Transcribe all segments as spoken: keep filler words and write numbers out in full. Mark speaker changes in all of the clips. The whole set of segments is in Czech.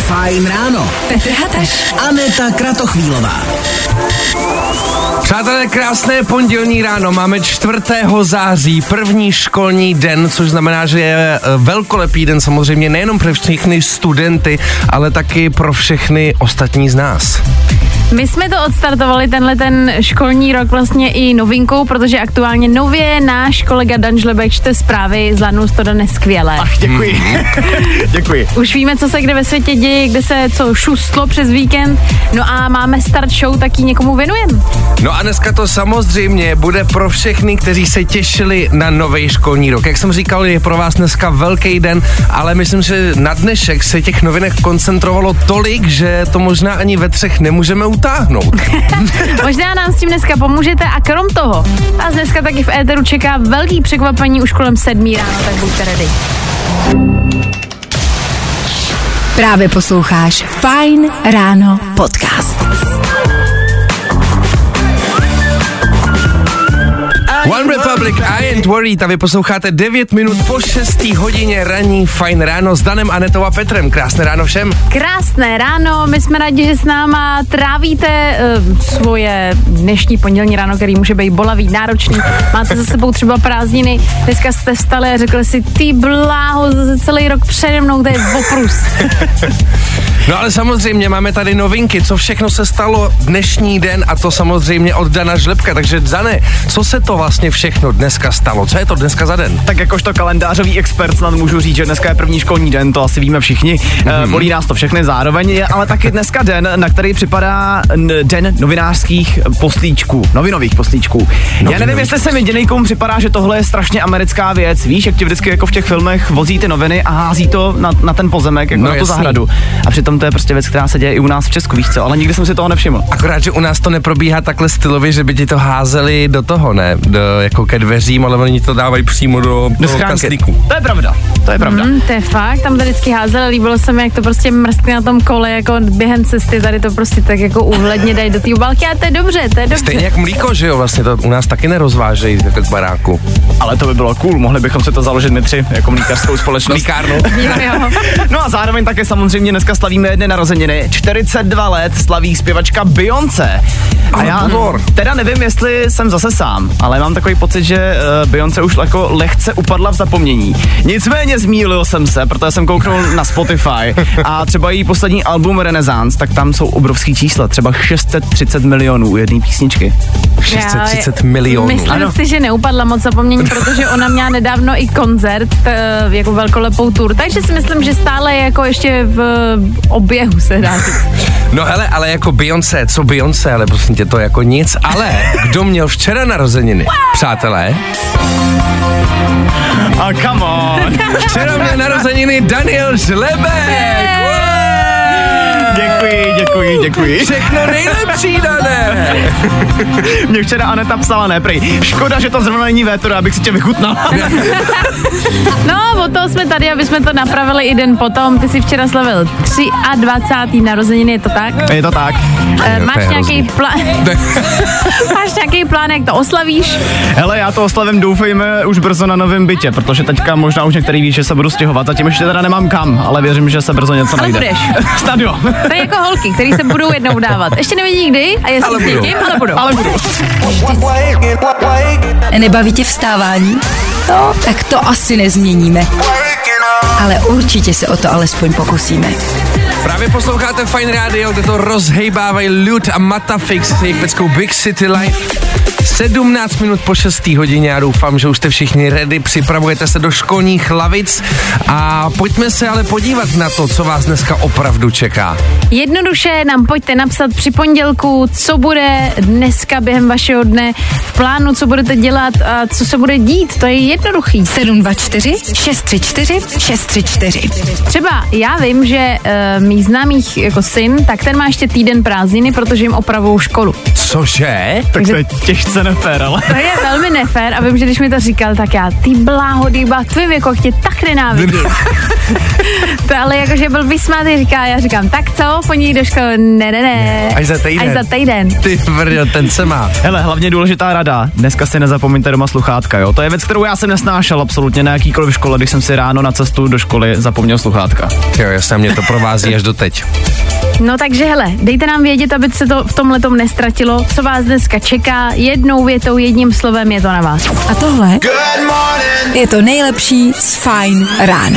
Speaker 1: Fajn ráno.
Speaker 2: Petr Hataš.
Speaker 1: Aneta Kratochvílová.
Speaker 3: Přátelé, krásné pondělní ráno, máme čtvrtého září, první školní den, což znamená, že je velkolepý den samozřejmě nejenom pro všechny studenty, ale taky pro všechny ostatní z nás.
Speaker 4: My jsme to odstartovali, tenhle ten školní rok vlastně i novinkou, protože aktuálně nově náš kolega Dan Žlebek čte zprávy, zvládnul to dnes skvěle.
Speaker 5: Ach, děkuji. děkuji.
Speaker 4: Už víme, co se kde ve světě děje, kde se co šustlo přes víkend, no a máme start show, tak ji někomu věnujeme.
Speaker 3: No a dneska to samozřejmě bude pro všechny, kteří se těšili na nový školní rok. Jak jsem říkal, je pro vás dneska velký den, ale myslím, že na dnešek se těch novinek koncentrovalo tolik, že to možná ani ve třech nemůžeme utáhnout.
Speaker 4: Možná nám s tím dneska pomůžete a krom toho vás dneska taky v éteru čeká velký překvapení už kolem sedmí ráno, tak buďte ready.
Speaker 2: Právě posloucháš Fajn ráno podcast.
Speaker 3: One Republic, I ain't worried, a vy posloucháte devět minut po šestý hodině ranní Fajn ráno s Danem, Anetou a Petrem. Krásné ráno všem.
Speaker 4: Krásné ráno, my jsme rádi, že s náma trávíte uh, svoje dnešní pondělní ráno, který může být bolavý, náročný. Máte za sebou třeba prázdniny, dneska jste vstali a řekli si, ty bláho, zase celý rok přede mnou, to je oprus.
Speaker 3: No ale samozřejmě máme tady novinky, co všechno se stalo dnešní den, a to samozřejmě od Dana Žlebka, takže Dane, co se to vlastně všechno dneska stalo? Co je to dneska za den?
Speaker 5: Tak jakožto kalendářový expert snad můžu říct, že dneska je první školní den, to asi víme všichni. Mm-hmm. Bolí nás to všechny zároveň, je ale taky dneska den, na který připadá den novinářských postlíčků, novinových postlíčků. Novinových. Já nevím, jestli se mi dělejkům připadá, že tohle je strašně americká věc. Víš, jak ti vždycky jako v těch filmech vozí ty noviny a hází to na, na ten pozemek, jako no na tu jasný. zahradu. A přitom to je prostě věc, která se děje i u nás v Česku, víš co, ale nikdy jsem si toho nevšiml.
Speaker 3: Akorát, že u nás to neprobíhá takhle stylově, že by ti to házeli do toho, ne? Do, jako ke dveřím, ale oni to dávají přímo do, do, do kaslíku.
Speaker 5: To je pravda, to je pravda.
Speaker 4: Mm, to je fakt, tam to vždycky házeli, líbilo se mi, jak to prostě mrskne na tom kole, jako během cesty, tady to prostě tak jako úhledně dají do té obálky, a to je dobře, to je dobře.
Speaker 3: Stejně jak mlíko, že jo, vlastně to u nás taky nerozvážejí jako k baráku.
Speaker 5: Ale to by bylo cool, mohli bychom se to založit my tři, jako mlíkařskou společnost.
Speaker 3: Mlíkárnu.
Speaker 4: Jo, jo.
Speaker 5: No a zároveň také samozřejmě dneska slavíme jedny narozeniny. čtyřicet dva let slaví zpěvačka Beyoncé. A já teda nevím, jestli jsem zase sám, ale mám takový pocit, že uh, Beyoncé už jako lehce upadla v zapomnění. Nicméně zmýlil jsem se, protože jsem kouknul na Spotify a třeba její poslední album Renaissance, tak tam jsou obrovský čísla, třeba šest set třicet milionů u jedné písničky.
Speaker 3: šest set třicet milionů.
Speaker 4: Myslím ano. si, že neupadla moc zapomnění, protože ona měla nedávno i koncert, t, jako velkolepou tour, takže si myslím, že stále je jako ještě v oběhu, se dá říct.
Speaker 3: No hele, ale jako Beyoncé, co Beyoncé, ale prosím tě, to jako nic, ale kdo měl včera narozeniny? Přátelé?
Speaker 5: A oh, come on.
Speaker 3: Včera měl narozeniny Daniel Žlebek.
Speaker 5: Děkuji, děkuji, děkuji.
Speaker 3: Všechno nejlepší, Dané.
Speaker 5: Mě včera Aneta psala, ne prej. Škoda, že to zrovna není vétor, abych si tě vychutnal.
Speaker 4: No, od toho jsme tady, aby jsme to napravili i den potom. Ty jsi včera slavil dvacátého třetího narozeniny, je to tak?
Speaker 5: Je to tak.
Speaker 4: E, máš nějaký plán? Máš nějaký plán, jak to oslavíš?
Speaker 5: Hele, já to oslavím, doufejme, už brzo na novém bytě, protože teďka možná už některý ví, že se budu stěhovat. Zatím ještě teda nemám kam, ale věřím, že se brzo něco najde.
Speaker 4: Ale budeš.
Speaker 5: Stadio.
Speaker 4: To je jako holky, který se budou jednou dávat. Ještě nevidí nikdy a jestli s někým, ale budou.
Speaker 5: Ale budou.
Speaker 2: Nebaví tě vstávání? No, tak to asi nezměníme. Ale určitě se o to alespoň pokusíme.
Speaker 3: Právě posloucháte Fajn rádio, kde to rozhejbávají Lud a Matafix s jejich peckou Big City Life. sedmnáct minut po šestý hodině, já doufám, že už jste všichni ready, připravujete se do školních lavic a pojďme se ale podívat na to, co vás dneska opravdu čeká.
Speaker 4: Jednoduše nám pojďte napsat při pondělku, co bude dneska během vašeho dne v plánu, co budete dělat a co se bude dít, to je jednoduchý.
Speaker 2: sedm dva čtyři šest tři čtyři šest tři čtyři.
Speaker 4: Třeba já vím, že uh, mý známých jako syn, tak ten má ještě týden prázdniny, protože jim opravují školu.
Speaker 3: Cože?
Speaker 5: Tak to je těžce nefér, ale...
Speaker 4: To je velmi nefér a vím, že když mi to říkal, tak já, ty bláho, dýba, tvým věku, jak tě tak nenávidím. To ale jakože byl vysmátý, říká, já říkám, tak co, po ní do školy, ne, ne, ne.
Speaker 3: Až za týden.
Speaker 4: Až za týden.
Speaker 3: Ty vrďo, ten se má.
Speaker 5: Hele, hlavně důležitá rada, dneska si nezapomeňte doma sluchátka, jo. To je věc, kterou já jsem nesnášel absolutně na jakýkoliv škole, když jsem si ráno na cestu do školy zapomněl sluchátka.
Speaker 3: Jo, jasně, mě to provází až do teď.
Speaker 4: No takže hele, dejte nám vědět, aby se to v tomhletom nestratilo, co vás dneska čeká, jednou větou, jedním slovem je to na vás.
Speaker 2: A tohle je to nejlepší z Fajn rána.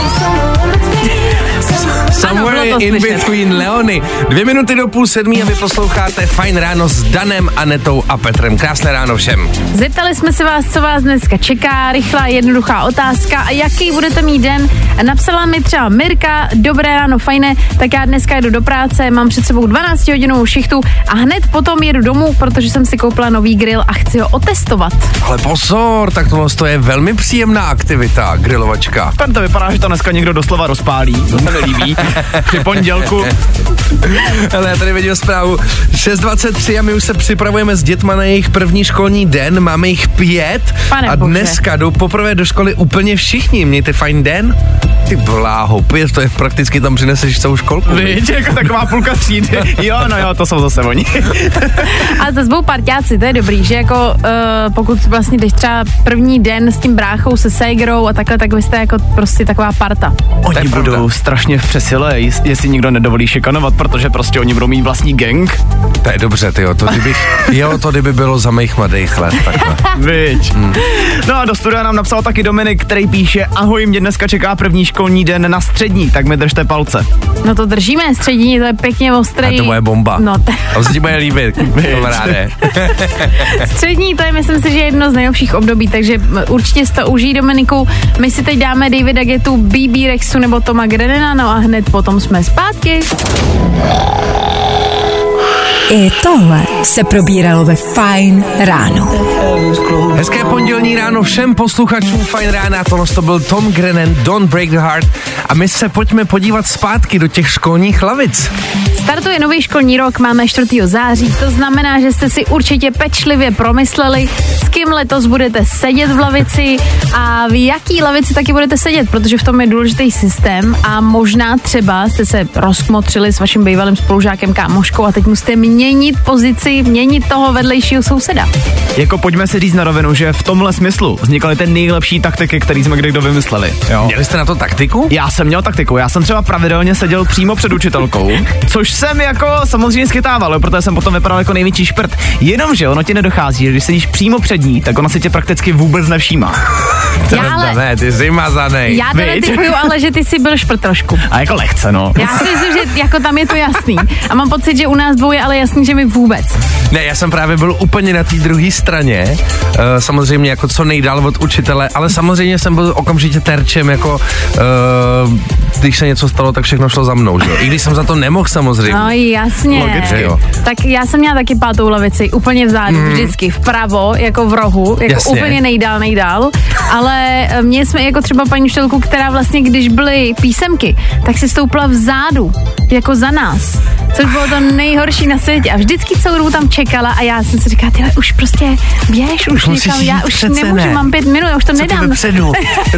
Speaker 3: Somewhere
Speaker 4: Ano,
Speaker 3: in
Speaker 4: slyšet.
Speaker 3: between Leony. Dvě minuty do půl sedmí a vy posloucháte Fajn ráno s Danem, Anetou a Petrem. Krásné ráno všem.
Speaker 4: Zeptali jsme se vás, co vás dneska čeká, rychlá, jednoduchá otázka a jaký budete mít den. Napsala mi třeba Mirka, dobré ráno, fajné, tak já dneska jedu do práce, mám před sebou dvanáctihodinovou šichtu a hned potom jedu domů, protože jsem si koupila nový grill a chci ho otestovat.
Speaker 3: Ale pozor, tak tohle to je velmi příjemná aktivita, grilovačka.
Speaker 5: Tam to vypadá, že to dneska někdo doslova rozpálí, to se mi líbí. Při pondělku.
Speaker 3: Ale já tady vidím zprávu šest dvacet tři a my už se připravujeme s dětma na jejich první školní den, máme jich pět.
Speaker 4: Pane
Speaker 3: a
Speaker 4: bože.
Speaker 3: dneska jdou poprvé do školy úplně všichni. Mějte fajn den. Ty bláho, pět, to je prakticky tam přineseš celou školku.
Speaker 5: Víš, jako taková půlka třídy. Jo, no jo, to jsou zase oni.
Speaker 4: A zase budou parťáci, to je dobrý, že jako uh, pokud vlastně jdeš třeba první den s tím bráchou, se ségrou a takhle, tak vy jste jako prostě taková parta.
Speaker 3: To je
Speaker 5: Oni
Speaker 3: pravda.
Speaker 5: budou strašně v přesile, jest- jestli nikdo nedovolí šikanovat, protože prostě oni budou mít vlastní gang.
Speaker 3: To je dobře, tyjo, to kdybych, jo, to kdyby bylo za mých mladých let, takhle.
Speaker 5: Viď. Hmm. No a do studia nám napsal taky Dominik, který píše, ahoj, mě dneska čeká první školní den na střední, tak mi držte palce.
Speaker 4: No to držíme, střední, to je pěkně ostrý.
Speaker 3: A to bude bomba.
Speaker 4: No, t-
Speaker 3: A se ti bude líbit, kamaráde.
Speaker 4: střední, to je myslím si, že je jedno z nejlepších období, takže m, určitě si to užij, Dominiku. My si teď dáme Davida Guettu, bé bé Rexu nebo Toma Grenena, no a hned potom jsme zpátky.
Speaker 2: I tohle se probíralo ve Fajn ráno.
Speaker 3: Hezké pondělní ráno všem posluchačům Fajn rána, tohle to byl Tom Grennan, Don't Break the Heart a my se pojďme podívat zpátky do těch školních lavic.
Speaker 4: Startuje nový školní rok, máme čtvrtého září, to znamená, že jste si určitě pečlivě promysleli, s kým letos budete sedět v lavici a v jaký lavici taky budete sedět, protože v tom je důležitý systém a možná třeba jste se rozkmotřili s vaším bývalým spolužákem, kámoškou a teď musíte měnit pozici, měnit toho vedlejšího souseda.
Speaker 5: Jako pojďme si říct na rovinu, že v tomhle smyslu vznikaly ty nejlepší taktiky, které jsme kdy kdo vymysleli. Jo.
Speaker 3: Měli jste na to taktiku?
Speaker 5: Já jsem měl taktiku, já jsem třeba pravidelně seděl přímo před učitelkou, což jsem jako samozřejmě schytával, jo, protože jsem potom vypadal jako největší šprt. Jenomže ono ti nedochází, že když sedíš přímo před ní, tak ona si tě prakticky vůbec nevšímá.
Speaker 4: Já ale,
Speaker 3: Ne, ty jsi mazanej.
Speaker 4: já teda
Speaker 5: Viď?
Speaker 4: typuju, ale že ty jsi byl šprt trošku.
Speaker 5: A jako lehce, no.
Speaker 4: Já si myslím, že jako tam je to jasný. A mám pocit, že u nás dvou je ale jasný, že mi vůbec.
Speaker 3: Ne, já jsem právě byl úplně na té druhé straně, uh, samozřejmě jako co nejdál od učitele, ale samozřejmě jsem byl okamžitě terčem, jako uh, když se něco stalo, tak všechno šlo za mnou, že jo? I když jsem za to nemohl samozřejmě.
Speaker 4: No jasně.
Speaker 3: Logicky, jo.
Speaker 4: Tak já jsem měla taky pátou lavici, úplně vzadu, mm. vždycky vpravo, jako v rohu, jako
Speaker 3: Jasně.
Speaker 4: úplně nejdál, nejdál. Ale měli jsme jako třeba paní učitelku, která vlastně, když byly písemky, tak si stoupla vzadu, jako za nás. Což bylo to nejhorší na světě. A vždycky celou dobu tam čekala a já jsem si říkala, tyhle, už prostě běž, už
Speaker 3: Musíš
Speaker 4: někam,
Speaker 3: jít
Speaker 4: já už
Speaker 3: přece,
Speaker 4: nemůžu,
Speaker 3: ne.
Speaker 4: mám pět minut, já už to
Speaker 3: Co ty
Speaker 4: nedám.
Speaker 3: vepředu?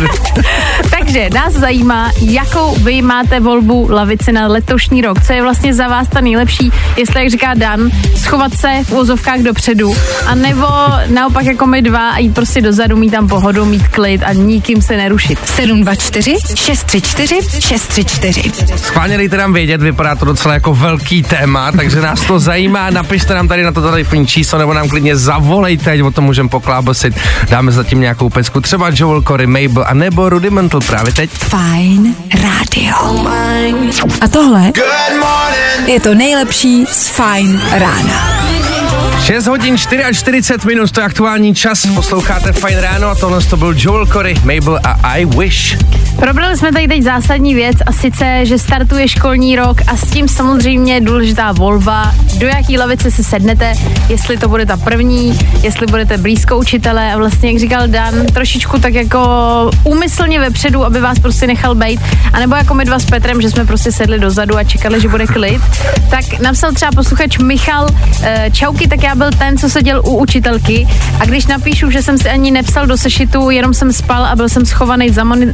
Speaker 4: Takže nás zajímá, jakou vy máte volbu lavici na letošní rok. Co je vlastně za vás ta nejlepší, jestli, jak říká Dan, schovat se v úvozovkách dopředu, anebo naopak jako my dva a jít prostě dozadu, mít tam pohodu, mít klid a nikým se nerušit.
Speaker 2: sedm dva čtyři šest tři čtyři šest tři čtyři.
Speaker 3: Schválně dejte nám vědět, vypadá to docela jako velký téma, takže nás to zajímá, napište nám tady na to telefonní číslo, nebo nám klidně zavolejte, ať o tom můžeme poklábosit. Dáme zatím nějakou pecku, třeba Joel Corey, Mabel a nebo Rudimental právě teď.
Speaker 2: Fajn rádio. A tohle je to nejlepší z Fajn rána.
Speaker 3: šest hodin čtyřicet čtyři minut, to je aktuální čas, posloucháte Fajn ráno a tohle to byl Joel Corey, Mabel a I Wish.
Speaker 4: Probrali jsme tady teď zásadní věc a sice, že startuje školní rok a s tím samozřejmě důležitá volba, do jaký lavice se sednete, jestli to bude ta první, jestli budete blízko učitele a vlastně, jak říkal Dan, trošičku tak jako úmyslně vepředu, aby vás prostě nechal bejt, anebo jako my dva s Petrem, že jsme prostě sedli dozadu a čekali, že bude klid. Tak napsal třeba posluchač Michal, čauky, tak já byl ten, co seděl u učitelky a když napíšu, že jsem si ani nepsal do sešitu, jenom jsem spal a byl jsem schovaný za, moni- za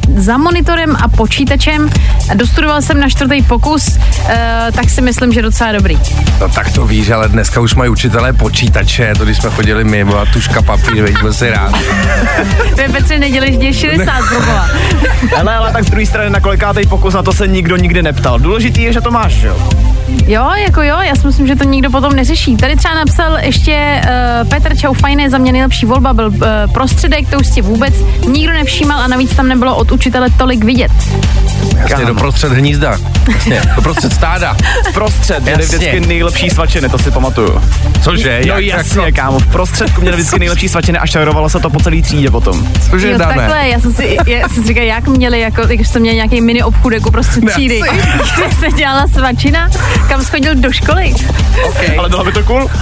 Speaker 4: monitorem a počítačem. Dostudoval jsem na čtvrtý pokus, uh, tak si myslím, že docela dobrý.
Speaker 3: No tak to víš, ale dneska už mají učitelé počítače, to když jsme chodili my, byla tuška, papír, veď byl si rád.
Speaker 4: To je Petře, neděleš děj šedesát, proboha.
Speaker 5: Ale, ale tak z druhé strany na kolikátej pokus, na to se nikdo nikdy neptal. Důležitý je, že to máš, jo?
Speaker 4: Jo, jako jo, já si myslím, že to nikdo potom neřeší. Tady třeba napsal ještě uh, Petr, čau, fajné, za mě nejlepší volba byl uh, prostředek, to už si vůbec nikdo nevšímal a navíc tam nebylo od učitele tolik vidět.
Speaker 3: Jasně, do prostřed hnízda. Jasně, do prostřed stáda.
Speaker 5: Prostřed byly vždycky nejlepší svačiny, to si pamatuju.
Speaker 3: Cože?
Speaker 5: No
Speaker 3: Jak,
Speaker 5: jasně,
Speaker 3: jako?
Speaker 5: kámo, v prostředku měli vždycky nejlepší svačiny a šarovalo se to po celý třídě potom.
Speaker 3: Cože,
Speaker 4: Jo,
Speaker 3: dáme?
Speaker 4: takhle, já jsem si, já jsem si říkal, jak měli, jako, když jsem měl nějaký mini obchůdek uprostřed třídy, kde se dělala svačina, kam schodil do školy.
Speaker 3: Okay.
Speaker 5: Ale bylo by to cool.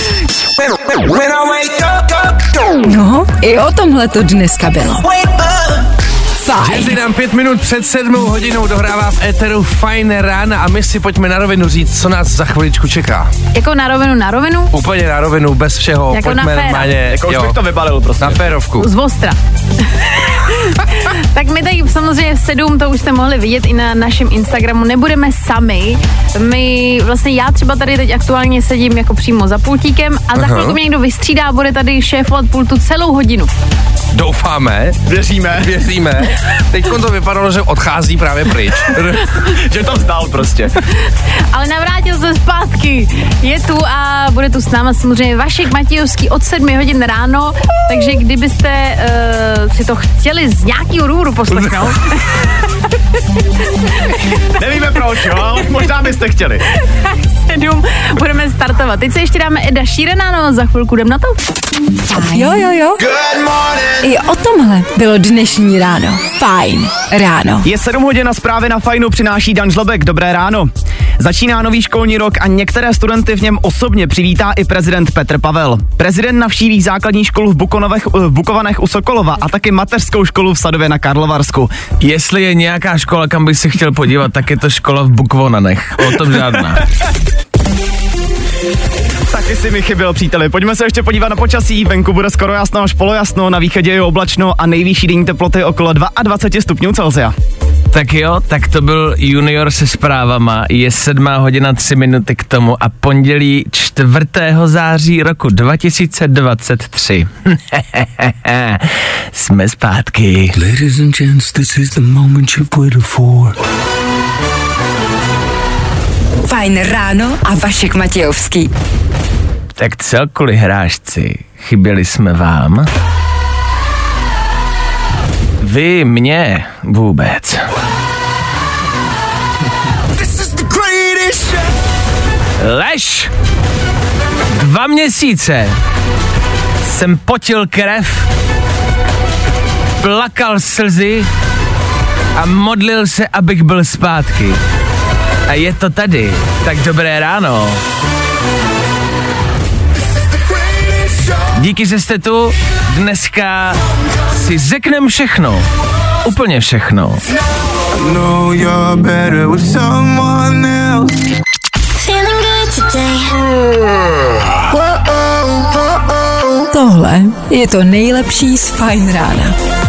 Speaker 2: No, i o tomhle to dneska bylo. Fajn.
Speaker 3: Jazzy nám pět minut před sedmou hodinou dohrává v éteru Fajn rána a my si pojďme na rovinu říct, co nás za chviličku čeká.
Speaker 4: Jako na rovinu, na rovinu?
Speaker 3: Úplně na rovinu, bez všeho.
Speaker 4: Jako
Speaker 3: pojďme
Speaker 4: na féra.
Speaker 3: normálně,
Speaker 5: Jako už
Speaker 3: jo,
Speaker 5: bych to vybalil prostě.
Speaker 3: na férovku.
Speaker 4: Z ostra. Tak my tady samozřejmě v sedm, to už jste mohli vidět i na našem Instagramu, nebudeme sami. My, vlastně já třeba tady teď aktuálně sedím jako přímo za pultíkem a za
Speaker 3: Aha.
Speaker 4: chvilku mě někdo vystřídá a bude tady šéfovat pultu celou hodinu.
Speaker 3: Doufáme,
Speaker 5: Věříme,
Speaker 3: věříme. Teď to vypadalo, že odchází právě pryč.
Speaker 5: že to vzdal prostě.
Speaker 4: Ale navrátil se zpátky. Je tu a bude tu s náma samozřejmě Vašek Matějovský od sedmi hodin ráno, takže kdybyste uh, si to chtěli z nějakého důvodu poslechnout,
Speaker 5: Nevíme proč, jo, ale možná byste chtěli.
Speaker 4: tak sedm budeme startovat. Teď se ještě dáme Eda Sheerana, no za chvilku jdem na to.
Speaker 2: Jo, jo, jo. I o tomhle bylo dnešní ráno. Fajn ráno.
Speaker 5: Je sedm hodin a zprávy na Fajnu přináší Dan Žlebek. Dobré ráno. Začíná nový školní rok a některé studenty v něm osobně přivítá i prezident Petr Pavel. Prezident navštíví základní školu v, Bukonovech, v Bukovanech u Sokolova a taky mateřskou školu v Sadově na Karlovarsku.
Speaker 6: Jestli je nějaká škola, kam bych se chtěl podívat, tak je to škola v Bukovanech. O tom žádná.
Speaker 5: Taky si mi chyběl, příteli. Pojďme se ještě podívat na počasí. Venku bude skoro jasno až polojasno, na východě je oblačno a nejvyšší denní teploty okolo dvacet dva stupňů Celsia.
Speaker 6: Tak jo, tak to byl junior se zprávama. Je sedmá hodina tři minuty k tomu a pondělí čtvrtého září roku dva tisíce dvacet tři. Jsme zpátky.
Speaker 1: Ladies and gents, this is the moment you've waited for.
Speaker 2: Fajn ráno a Vašek Matějovský.
Speaker 6: Tak celkuli hrášci, chyběli jsme vám? Vy mě vůbec. Lež! Dva měsíce jsem potil krev, plakal slzy a modlil se, abych byl zpátky. A je to tady. Tak dobré ráno. Díky, že jste tu. Dneska si řekneme všechno. Úplně všechno.
Speaker 2: Tohle je to nejlepší z Fajn rána.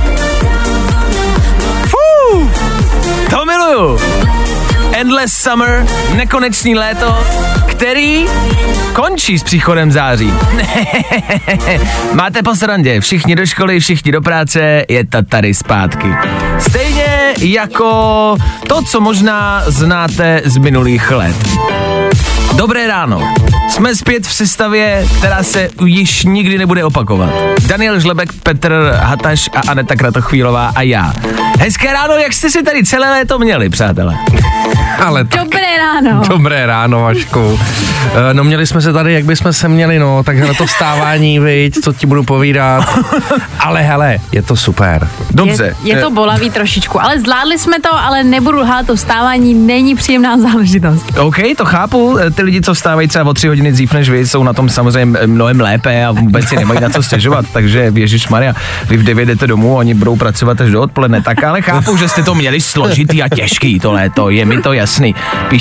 Speaker 6: Fú, to miluju. Endless Summer, nekonečný léto, který končí s příchodem září. Máte po srandě, všichni do školy, všichni do práce, je to tady zpátky. Stejně jako to, co možná znáte z minulých let. Dobré ráno. Jsme zpět v sestavě, která se již nikdy nebude opakovat. Daniel Žlebek, Petr Hataš a Aneta Kratochvílová a já. Hezké ráno, jak jste si tady celé léto měli, přátelé?
Speaker 3: Ale tak,
Speaker 4: Dobré ráno.
Speaker 3: dobré ráno, Vašku. E, no měli jsme se tady, jak bychom se měli, no, takhle to vstávání, viď, co ti budu povídat. Ale hele, je to super.
Speaker 6: Dobře.
Speaker 4: Je, je to bolavý trošičku, ale zvládli jsme to, ale nebudu lhát, to vstávání není příjemná záležitost.
Speaker 6: OK, to chápu. Ty lidi, co vstávají třeba o tři hodiny dřív než vy, jsou na tom samozřejmě mnohem lépe a vůbec si nemají na co stěžovat, takže ježišmarja, vy v devět jdete domů, oni budou pracovat až do odpoledne, tak ale chápu, že jste to měli složitý a těžký to léto, je mi to jasný. Píše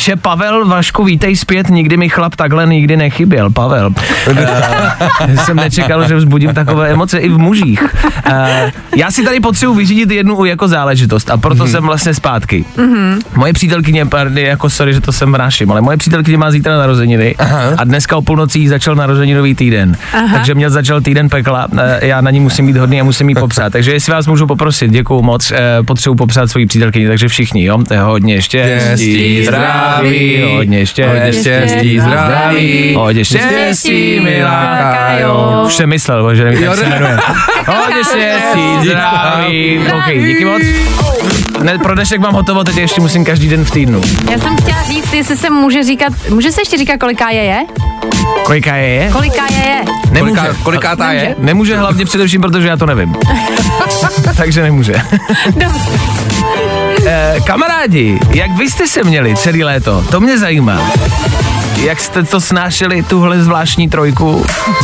Speaker 6: Píše Pavel, Vašku, vítej zpět, nikdy mi chlap takhle nikdy nechyběl. Pavel. Uh, jsem nečekal, že vzbudím takové emoce i v mužích. Uh, já si tady potřebuji vyřídit jednu jako záležitost a proto mm-hmm. jsem vlastně zpátky. Mm-hmm. Moje přítelkyně, jako sorry, že to jsem vráším, ale moje přítelkyně má zítra narozeniny. Aha. A dneska o půlnocí začal narozeninový týden. Aha. Takže měl začal týden pekla, já na ní musím být hodný a musím jí popřát. Takže jestli vás můžu poprosit, děkuju moc, potřebuji popřát svoji přítelkyni, takže všichni, jo, hodně štěstí, zdraví, hodně štěstí, zdraví, hodně štěstí, milá Kajo. Už jsem myslel, že nevím, jak se jmenuje. Hodně štěstí, zdraví. OK, díky moc. Ne, pro dnešek mám hotovo, teď ještě musím každý den v týdnu.
Speaker 4: Já jsem chtěla říct, jestli se může říkat, může se ještě říkat, koliká je je?
Speaker 6: Koliká je je?
Speaker 4: Koliká je je?
Speaker 6: Nemůže.
Speaker 3: Koliká, kolikátá je?
Speaker 6: Nemůže hlavně především, protože já to nevím. Takže nemůže.
Speaker 4: Dobře.
Speaker 6: Eh, kamarádi, jak vy jste se měli celý léto? To mě zajímá. Jak jste to snášeli, tuhle zvláštní trojku?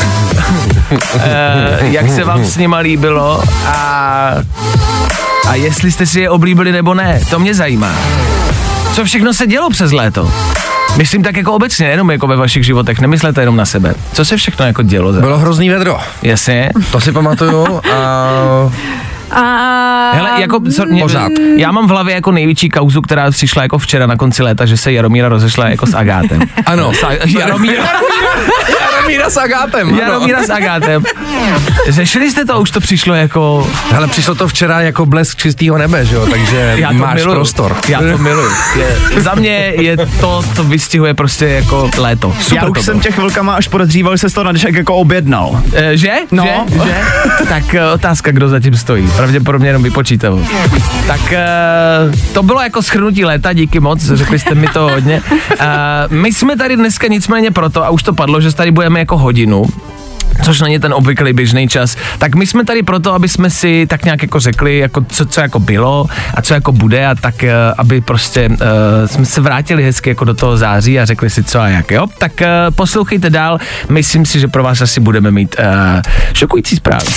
Speaker 6: eh, jak se vám s nima líbilo? A, a jestli jste si je oblíbili nebo ne? To mě zajímá. Co všechno se dělo přes léto? Myslím tak jako obecně, jenom jako ve vašich životech, nemyslete jenom na sebe. Co se všechno jako dělo? Za...
Speaker 3: Bylo hrozný vedro.
Speaker 6: Jasně.
Speaker 3: To si pamatuju a...
Speaker 4: A...
Speaker 6: Hele, jako, co, mě,
Speaker 3: Pořád.
Speaker 6: Já mám v hlavě jako největší kauzu, která přišla jako včera na konci léta, že se Jaromíra rozešla jako s Agátem.
Speaker 3: Ano.
Speaker 6: Sa, Jaromíra.
Speaker 3: Jaromíra s Agátem. Ano.
Speaker 6: Jaromíra s Agátem. Řešili jste to, už to přišlo jako...
Speaker 3: Hele, přišlo to včera jako blesk čistého nebe, že jo, takže
Speaker 6: já to
Speaker 3: máš
Speaker 6: miluju.
Speaker 3: prostor.
Speaker 6: Já to miluju. Je, za mě je to, co vystihuje prostě jako léto. Super.
Speaker 5: Já už jsem těch chvilkama až podezříval, že se to na dnešek jako objednal.
Speaker 6: E, že?
Speaker 5: No.
Speaker 6: Že? že? Tak e, otázka, kdo zatím stojí. Pravděpodobně jenom vypočítavou. Tak e, to bylo jako shrnutí léta, díky moc, řekli jste mi to hodně. E, my jsme tady dneska nicméně proto, a už to padlo, že tady budeme jako hodinu, což není ten obvyklý běžný čas, tak my jsme tady proto, aby jsme si tak nějak jako řekli, jako co, co jako bylo a co jako bude a tak, uh, aby prostě uh, jsme se vrátili hezky jako do toho září a řekli si co a jak, jo? Tak uh, poslouchejte dál, myslím si, že pro vás asi budeme mít uh, šokující zprávy.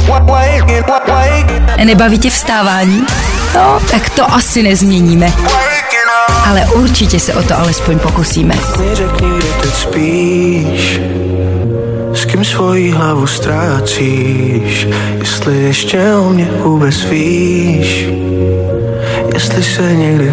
Speaker 2: Nebaví tě vstávání? No, tak to asi nezměníme. Ale určitě se o to alespoň pokusíme.
Speaker 1: S kým svoji hlavu ztrácíš, jestli ještě o mě vůbec víš, jestli se někdy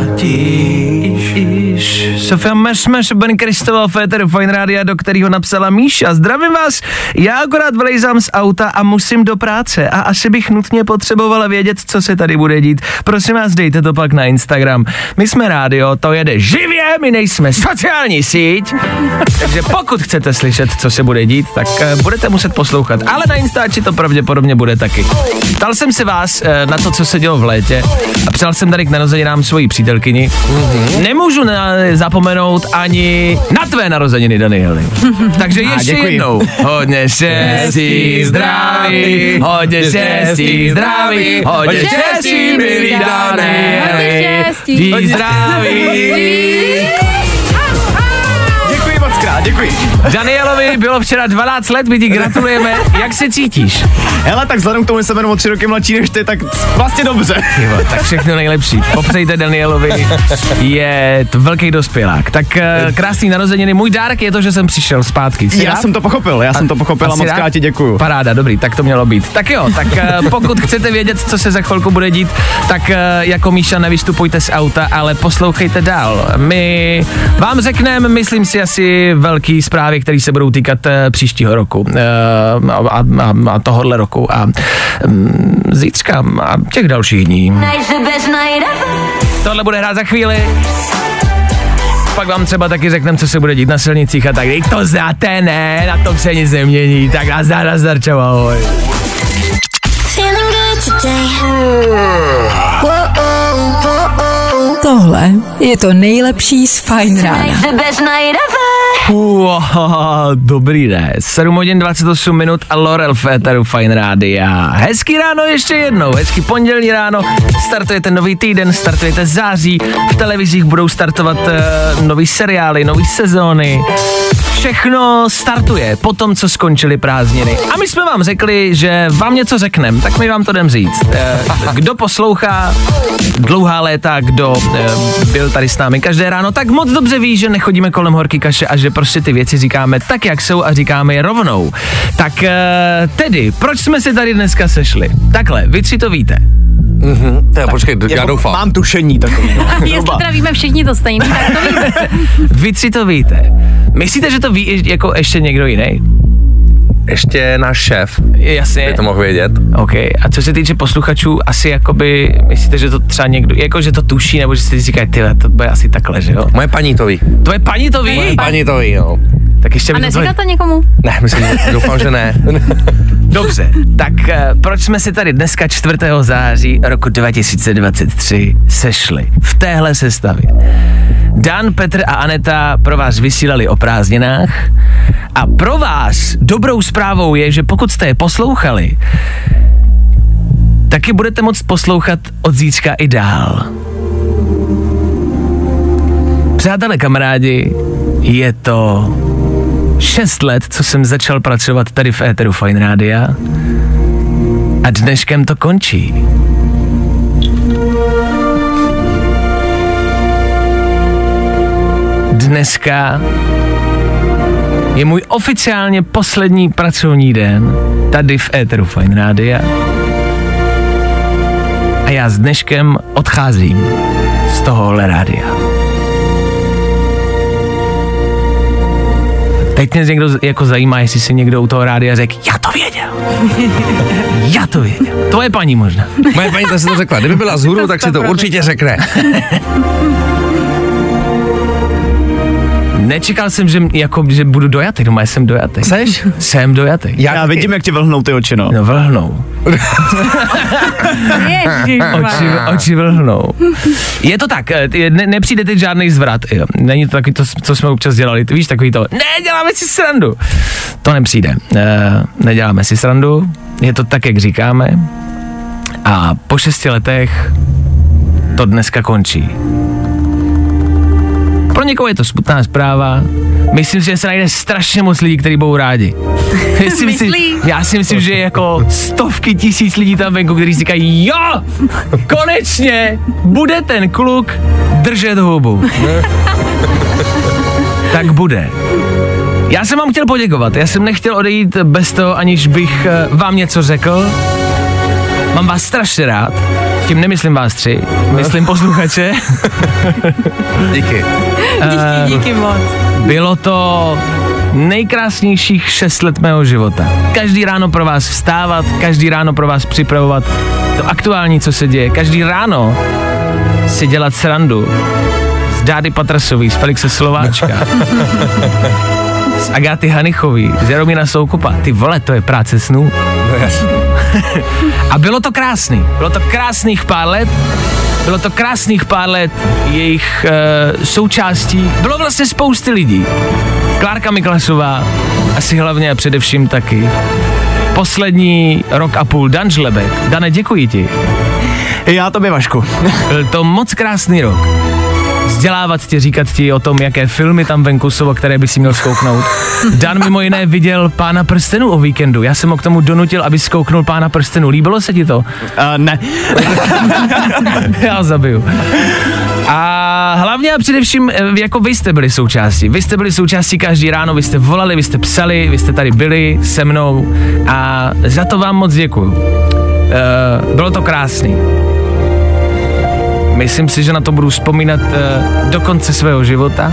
Speaker 1: vrátíš.
Speaker 6: Sofia Mešmeš, Ben Kristova, Féter Fine Rádia, do kterého napsala Míša. Zdravím vás, já akorát vylejzám z auta a musím do práce a asi bych nutně potřebovala vědět, co se tady bude dít. Prosím vás, dejte to pak na Instagram. My jsme rádio, to jede živě, my nejsme sociální síť, takže pokud chcete slyšet, co se bude dít, tak uh, budete muset poslouchat, ale na Instači to pravděpodobně bude taky. Ptal jsem se vás uh, na to, co se dělo v létě a přál jsem tady k narozeninám svoji přítelkyni. Mm-hmm. Nemůžu na, zapomenout ani na tvé narozeniny, Danieli. Takže ještě
Speaker 5: děkuji.
Speaker 6: jednou. Hodně štěstí, zdraví, hodně štěstí, zdraví, hodně štěstí, milí Danieli. Hodně zdraví.
Speaker 5: Děkuji moc krát, děkuji.
Speaker 6: Danielovi bylo včera dvanáct let, my ti gratulujeme. Jak se cítíš?
Speaker 5: Hele, tak vzhledem k tomu, že jsem jenom o tři roky mladší než ty, tak vlastně dobře.
Speaker 6: Tyvo, tak všechno nejlepší. Popřejte Danielovi, je to velký dospělák. Tak uh, krásný narozeniny. Můj dárek je to, že jsem přišel zpátky. Jsi
Speaker 5: Já
Speaker 6: rád?
Speaker 5: jsem to pochopil, já jsem to pochopil a moc krát ti děkuju.
Speaker 6: Paráda, dobrý, tak to mělo být. Tak jo, tak uh, pokud chcete vědět, co se za chvilku bude dít, tak uh, jako Míša nevystupujte z auta, ale poslouchejte dál. My vám řekneme, myslím si, asi velký zprávy, které se budou týkat uh, příštího roku uh, a, a, a tohohle roku a um, zítřka a těch dalších dní. Tohle bude hrát za chvíli. Pak vám třeba taky řekneme, co se bude dít na silnicích a tak. Dej to znáte, ne, na tom se nic nemění. Tak nazdar, nazdar, čau, ahoj.
Speaker 2: Tohle je to nejlepší z Fajn rána.
Speaker 6: Wow, dobrý den. sedm hodin dvacet osm minut a Laurel v éteru Fajn rádia. Hezký ráno ještě jednou, hezký pondělní ráno. Startuje ten nový týden, startujete září. V televizích budou startovat uh, nový seriály, nový sezóny. Všechno startuje po tom, co skončily prázdniny. A my jsme vám řekli, že vám něco řekneme, tak my vám to jdem říct. Kdo poslouchá dlouhá léta, kdo byl tady s námi každé ráno, tak moc dobře ví, že nechodíme kolem horký kaše a že prostě ty věci říkáme tak, jak jsou a říkáme je rovnou. Tak tedy, proč jsme si tady dneska sešli? Takhle, vy tři to víte.
Speaker 3: Mhm, tak, počkej, já doufám.
Speaker 5: Mám tušení takový.
Speaker 4: Jestli teda víme všichni to stejný, tak to víme.
Speaker 6: Vy tři to víte. Myslíte, že to ví jako ještě někdo jiný?
Speaker 3: Ještě náš šéf.
Speaker 6: Jasně.
Speaker 3: By to mohl vědět.
Speaker 6: OK. A co se týče posluchačů, asi jakoby, myslíte, že to třeba někdo, jako že to tuší, nebo že si říkají, tyhle, to bude asi takhle, že jo?
Speaker 3: Moje paní to ví.
Speaker 6: Tvoje paní to ví?
Speaker 3: Moje paní to ví, no.
Speaker 6: Tak ještě
Speaker 4: A neříká to někomu?
Speaker 3: Ne, myslím, doufám, že ne.
Speaker 6: Dobře, tak uh, proč jsme si tady dneska čtvrtého září roku dva tisíce dvacet tři sešli v téhle sestavě? Dan, Petr a Aneta pro vás vysílali o prázdninách a pro vás dobrou zprávou je, že pokud jste je poslouchali, taky budete moct poslouchat od zítřka i dál. Přátelé, kamarádi, je to šest let, co jsem začal pracovat tady v éteru Fajn rádia a dneškem to končí. Dneska je můj oficiálně poslední pracovní den tady v éteru Fajn rádia a já s dneškem odcházím z tohohle rádia. Teď mě někdo jako zajímá, jestli si někdo u toho rádia řekl, já to věděl. Já to věděl. Tvoje paní možná.
Speaker 3: Moje paní to si to řekla. Kdyby byla z hůru, tak si to určitě řekne.
Speaker 6: Nečekal jsem, že, jako, že budu dojatý, doma jsem dojatý.
Speaker 3: Seš?
Speaker 6: Jsem dojatý.
Speaker 5: Já, já vidím, jak ti vlhnou ty oči, no.
Speaker 6: No vlhnou. oči, oči vlhnou. Je to tak, ne, nepřijde teď žádný zvrat. Jo. Není to taky to, co jsme občas dělali. Ty víš, takový to, ne, děláme si srandu. To nepřijde. E, neděláme si srandu, je to tak, jak říkáme. A po šesti letech to dneska končí. Pro někoho je to smutná zpráva. Myslím si, že se najde strašně moc lidí, kteří budou rádi. Myslím si, já si myslím, že jako stovky tisíc lidí tam venku, kteří říkají, jo, konečně bude ten kluk držet hubu. Tak bude. Já jsem vám chtěl poděkovat. Já jsem nechtěl odejít bez toho, aniž bych vám něco řekl. Mám vás strašně rád. Tím nemyslím vás tři, myslím posluchače.
Speaker 3: Díky.
Speaker 4: Díky, díky moc.
Speaker 6: Bylo to nejkrásnějších šest let mého života. Každý ráno pro vás vstávat, každý ráno pro vás připravovat to aktuální, co se děje. Každý ráno si dělat srandu z Dády Patrasový, z Felixe Slováčka, z Agáty Hanichový, z Jaromíra Soukupa. Ty vole, to je práce snů. A bylo to krásný. Bylo to krásných pár let. Bylo to krásných pár let jejich uh, součástí. Bylo vlastně spousty lidí. Klárka Miklasová, asi hlavně a především taky. Poslední rok a půl Dan Žlebek. Dane, děkuji ti.
Speaker 5: Já tobě, Vašku.
Speaker 6: Byl to moc krásný rok. Vzdělávat tě, říkat ti o tom, jaké filmy tam venku jsou, o které by si měl zkouknout. Dan mimo jiné viděl Pána prstenů o víkendu. Já jsem ho k tomu donutil, aby zkouknul Pána prstenů. Líbilo se ti to?
Speaker 5: Uh, ne.
Speaker 6: Já zabiju. A hlavně a především, jako vy jste byli součástí. Vy jste byli součástí každý ráno, vy jste volali, vy jste psali, vy jste tady byli se mnou a za to vám moc děkuju. Uh, bylo to krásný. Myslím si, že na to budu vzpomínat uh, do konce svého života.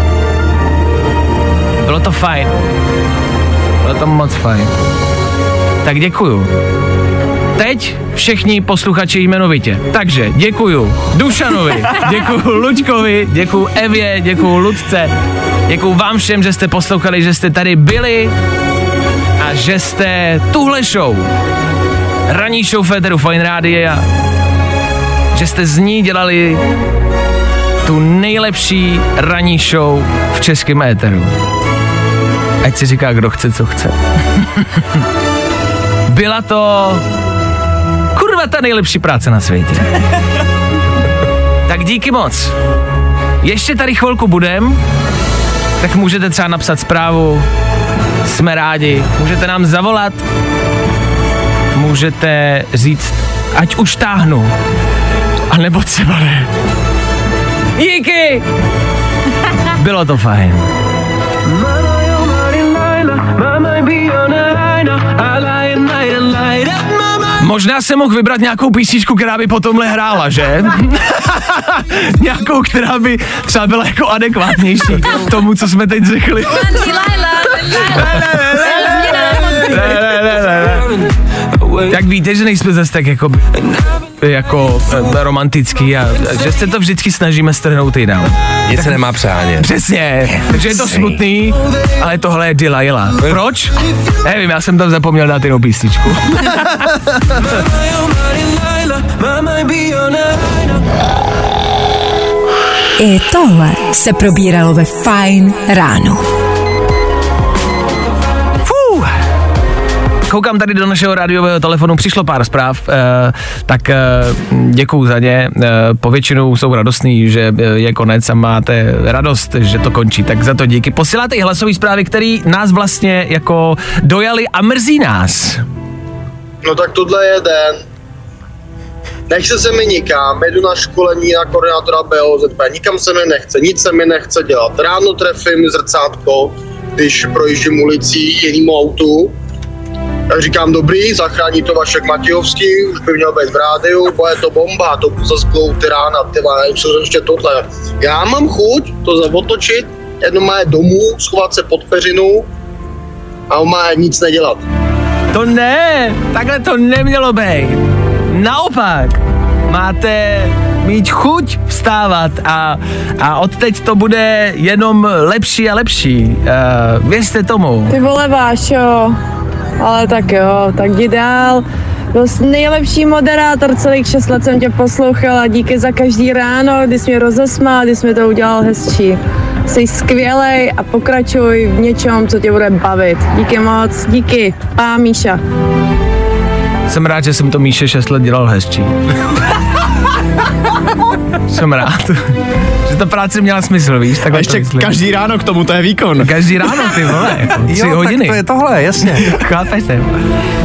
Speaker 6: Bylo to fajn. Bylo to moc fajn. Tak děkuju. Teď všichni posluchači jmenovitě. Takže děkuju Dušanovi, děkuju Luďkovi, děkuju Evě, děkuju Ludce, děkuju vám všem, že jste poslouchali, že jste tady byli a že jste tuhle show, ranní show Féteru Fajn rádia, že jste z ní dělali tu nejlepší ranní show v českém éteru. Ať si říká, kdo chce, co chce. Byla to kurva ta nejlepší práce na světě. Tak díky moc. Ještě tady chvilku budem, tak můžete třeba napsat zprávu, jsme rádi, můžete nám zavolat, můžete říct, ať už táhnu, anebo třeba ne. Díky! Bylo to fajn. Možná jsem mohl vybrat nějakou písničku, která by potomhle hrála, že? Nějakou, která by třeba byla jako adekvátnější k tomu, co jsme teď řekli. Tak víte, že nejsme zase tak jako, jako romantický a že se to vždycky snažíme strhnout jinam.
Speaker 3: Nic se nemá přáně.
Speaker 6: Přesně, takže je to smutný, ale tohle je Delilah. Proč? Nevím, já jsem tam zapomněl dát jinou písničku.
Speaker 2: I tohle se probíralo ve Fajn ráno.
Speaker 6: Fuh. Koukám tady do našeho rádiového telefonu, přišlo pár zpráv, eh, tak eh, děkuju za ně. Eh, po většinu jsou radostný, že je konec a máte radost, že to končí, tak za to díky. Posíláte i hlasové zprávy, které nás vlastně jako dojali a mrzí nás.
Speaker 7: No tak tohle je den. Nechce se mi nikam, jdu na školení na koordinátora B O Z P, nikam se mi nechce, nic se mi nechce dělat. Ráno trefím zrcátko, když projíždím ulicí jinýmu autu. Tak říkám, dobrý, zachrání to Vašek Matějovský, už by měl být v rádiu, bude to bomba, to zase budou ty rána, ty nevím, co ještě tohle. Já mám chuť to otočit, jedno má je domů, schovat se pod peřinu a on má nic nedělat.
Speaker 6: To ne, takhle to nemělo být. Naopak, máte mít chuť vstávat a, a odteď to bude jenom lepší a lepší. Uh, věřte tomu.
Speaker 8: Ty vole, Vášo, ale tak jo, tak jdi dál. Byl jsi nejlepší moderátor, celých šest let jsem tě poslouchala, díky za každý ráno, kdy jsi mě rozesmál, kdy jsi mi to udělal hezčí. Jsi skvělej a pokračuj v něčem, co tě bude bavit. Díky moc, díky. Pá, Míša.
Speaker 6: Jsem rád, že jsem to Míše šest let dělal hezčí. Jsem rád, že ta práce měla smysl, víš?
Speaker 5: A ještě každý ráno k tomu, to je výkon.
Speaker 6: Každý ráno, ty vole, jako tři
Speaker 3: jo,
Speaker 6: hodiny.
Speaker 3: Tak to je tohle, jasně.
Speaker 6: Chápete? Uh,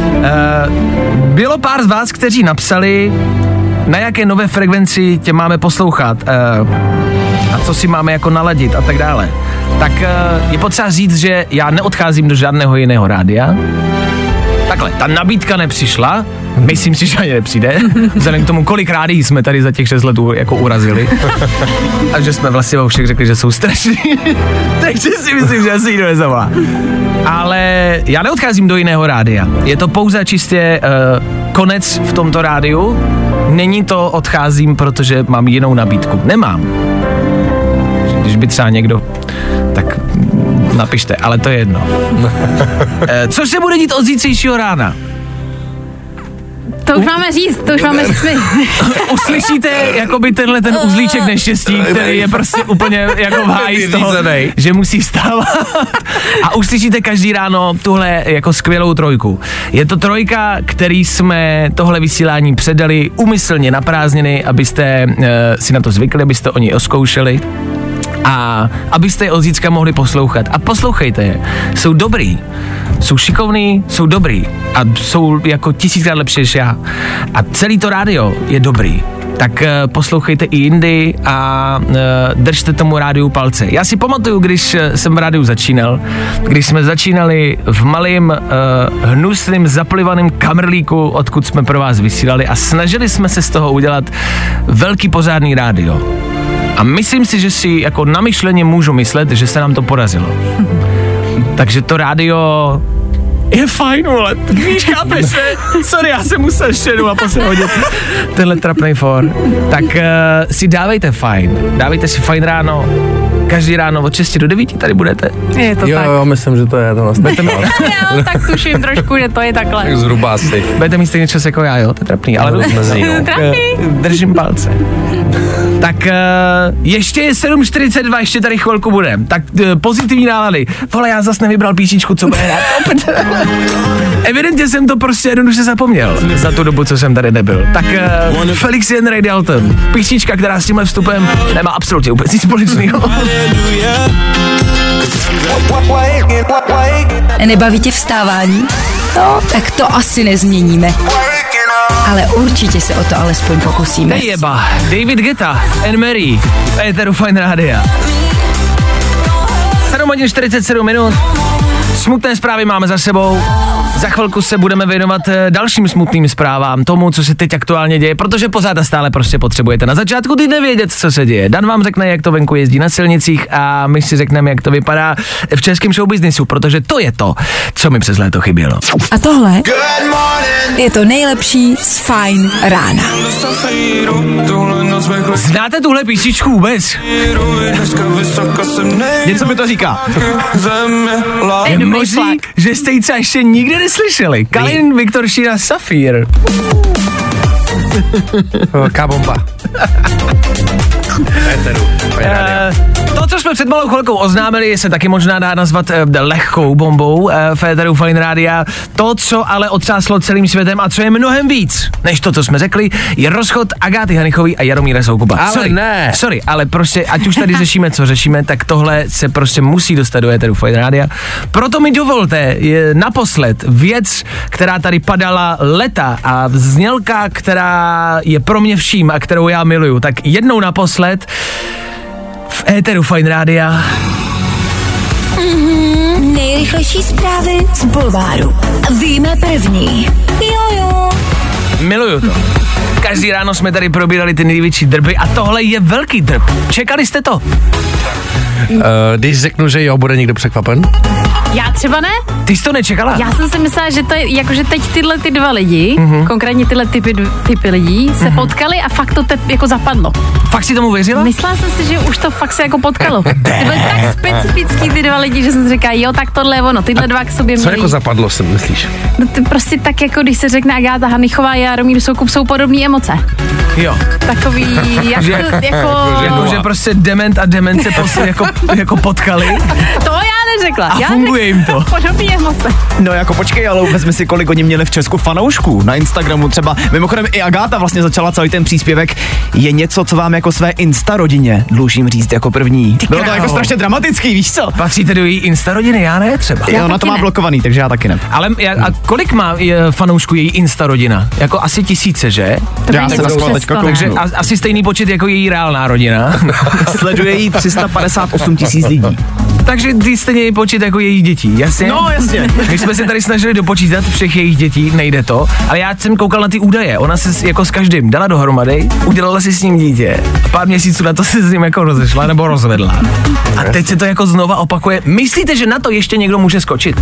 Speaker 6: bylo pár z vás, kteří napsali, na jaké nové frekvenci tě máme poslouchat uh, a co si máme jako naladit a tak dále. Tak uh, je potřeba říct, že já neodcházím do žádného jiného rádia. Takhle, ta nabídka nepřišla, myslím si, že ani nepřijde, vzhledem k tomu, kolik rádií jsme tady za těch šest let jako urazili a že jsme vlastně o všech řekli, že jsou strašní, takže si myslím, že asi nikdo nezavolá. Ale já neodcházím do jiného rádia, je to pouze čistě uh, konec v tomto rádiu, není to odcházím, protože mám jinou nabídku, nemám. Když by třeba někdo, tak napište, ale to je jedno. e, co se bude dít od zítřejšího rána?
Speaker 4: To už máme říct, to už máme říct my.
Speaker 6: Uslyšíte jakoby tenhle ten uzlíček neštěstí, který je prostě úplně jako v háji z toho, že musí vstávat. A uslyšíte každý ráno tuhle jako skvělou trojku. Je to trojka, který jsme tohle vysílání předali umyslně na prázdniny, abyste uh, si na to zvykli, abyste o něj oskoušeli. A abyste je od zítřka mohli poslouchat. A poslouchejte je. Jsou dobrý. Jsou šikovný, jsou dobrý. A jsou jako tisíckrát lepší než já. A celý to rádio je dobrý. Tak uh, poslouchejte i jindy a uh, držte tomu rádiu palce. Já si pamatuju, když uh, jsem v rádiu začínal, když jsme začínali v malým uh, hnusným zaplivaným kamrlíku, odkud jsme pro vás vysílali a snažili jsme se z toho udělat velký pořádný rádio. A myslím si, že si jako namyšleně můžu myslet, že se nám to podařilo. Takže to rádio je fajn, vole. Víš, chápeš, že? Sorry, já jsem musel ještě jednou a posledně hodit tenhle trapnej for. Tak uh, si dávejte fajn. Dávejte si fajn ráno. Každý ráno od šesti do devíti tady budete.
Speaker 4: Je to
Speaker 3: jo,
Speaker 4: tak.
Speaker 3: Jo, myslím, že to je to.
Speaker 6: Budete mít,
Speaker 4: Jo, tak tuším trošku, že to je takhle.
Speaker 3: tak zhruba asi.
Speaker 6: budete mít stejný čas jako já, jo? To je trapný, ale
Speaker 3: Trapný, no.
Speaker 4: Trapný.
Speaker 6: držím palce. Tak uh, ještě je sedm čtyřicet dva, ještě tady chvilku budem. Tak uh, pozitivní nálady. Vole, já zas nevybral písničku, co bude hrát. Evidentně jsem to prostě jednoduše zapomněl za tu dobu, co jsem tady nebyl. Tak uh, Felix Jan Ray Dalton. Písnička, která s tímhle vstupem nemá absolutně vůbec nic společného.
Speaker 2: Nebaví tě vstávání? No, tak to asi nezměníme. Ale určitě se o to alespoň pokusíme.
Speaker 6: Nejeba, David Guetta, Anne Marie, v éteru Fajn rádia. sedm hodin čtyřicet sedm minut, smutné zprávy máme za sebou. Za chvilku se budeme věnovat dalším smutným zprávám, tomu, co se teď aktuálně děje, protože pořád a stále prostě potřebujete na začátku týdne vědět, co se děje. Dan vám řekne, jak to venku jezdí na silnicích a my si řekneme, jak to vypadá v českém showbiznisu, protože to je to, co mi přes léto chybělo.
Speaker 2: A tohle je to nejlepší z Fajn rána.
Speaker 6: Znáte tuhle písničku vůbec?
Speaker 5: Něco mi to říká.
Speaker 6: Je možný, že jste ji třeba ještě nikdy neslyšeli. Kalin, Viktor Šína, Safír.
Speaker 3: Velká bomba.
Speaker 6: Uh, to, co jsme před malou chvilkou oznámili, se taky možná dá nazvat uh, lehkou bombou uh, v éteru Fajn rádia. To, co ale otřáslo celým světem a co je mnohem víc, než to, co jsme řekli, je rozchod Agáty Hanichový a Jaromíra Soukupa.
Speaker 3: Ale
Speaker 6: sorry,
Speaker 3: ne.
Speaker 6: Sorry, ale prostě, ať už tady řešíme, co řešíme, tak tohle se prostě musí dostat do éteru Fajn rádia. Proto mi dovolte je naposled věc, která tady padala leta a znělka, která je pro mě vším a kterou já miluju. Tak jednou naposled v éteru Fajn rádia.
Speaker 2: Mm-hmm, nejrychlejší zprávy z bulváru. Víme první. Jojo.
Speaker 6: Miluju to. Každý ráno jsme tady probírali ty největší drby a tohle je velký drb. Čekali jste to?
Speaker 3: Uh, když řeknu, že jo, bude někdo překvapen?
Speaker 4: Já třeba ne?
Speaker 6: Ty jsi to nečekala?
Speaker 4: Já jsem si myslela, že to je, jakože teď tyhle ty dva lidi, mm-hmm. konkrétně tyhle typy, typy lidí, se mm-hmm. potkali a fakt to te, jako zapadlo.
Speaker 6: Fakt si tomu věřila?
Speaker 4: Myslela jsem si, že už to fakt se jako potkalo. Ty byly tak specifický ty dva lidi, že jsem si říkala, jo, tak tohle je ono, tyhle dva k sobě měli.
Speaker 3: Co jako zapadlo, si myslíš?
Speaker 4: No ty prostě tak jako, když se řekne Agáta Hanichová a Jaromír Soukup, jsou podobné emoce.
Speaker 6: Jo.
Speaker 4: Takový, jak
Speaker 6: že,
Speaker 4: to, jako...
Speaker 6: jako, že prostě dement a demence prostě jako, jako potkali.
Speaker 4: To já neřekla.
Speaker 6: A
Speaker 4: já
Speaker 6: funguje jim to.
Speaker 4: Podobné emoce.
Speaker 5: No jako počkej, ale vezmi si, kolik oni měli v Česku fanoušků na Instagramu třeba. Mimochodem i Agáta vlastně začala celý ten příspěvek. Je něco, co vám jako své Insta rodině dlužím říct jako první. Bylo to jako strašně dramatický, víš co?
Speaker 6: Patříte do její Insta rodiny, já ne třeba.
Speaker 5: Já ona to má ne. blokovaný, takže já taky ne.
Speaker 6: Ale jak, a kolik má fanoušků její Insta rodina? Jako asi tisíce, že?
Speaker 4: To já se teďka
Speaker 6: takže a, asi stejný počet jako její reálná rodina.
Speaker 5: Sleduje jí tři sta padesát osm tisíc lidí.
Speaker 6: Takže ty stejný počet jako její dětí, jasně?
Speaker 5: No, jasně.
Speaker 6: My jsme se tady snažili dopočítat všech jejich dětí, nejde to, ale já jsem koukal na ty údaje, ona se jako s každým dala dohromady, udělala si s ním dítě a pár měsíců na to se s ním jako rozešla nebo rozvedla. A teď se to jako znova opakuje. Myslíte, že na to ještě někdo může skočit?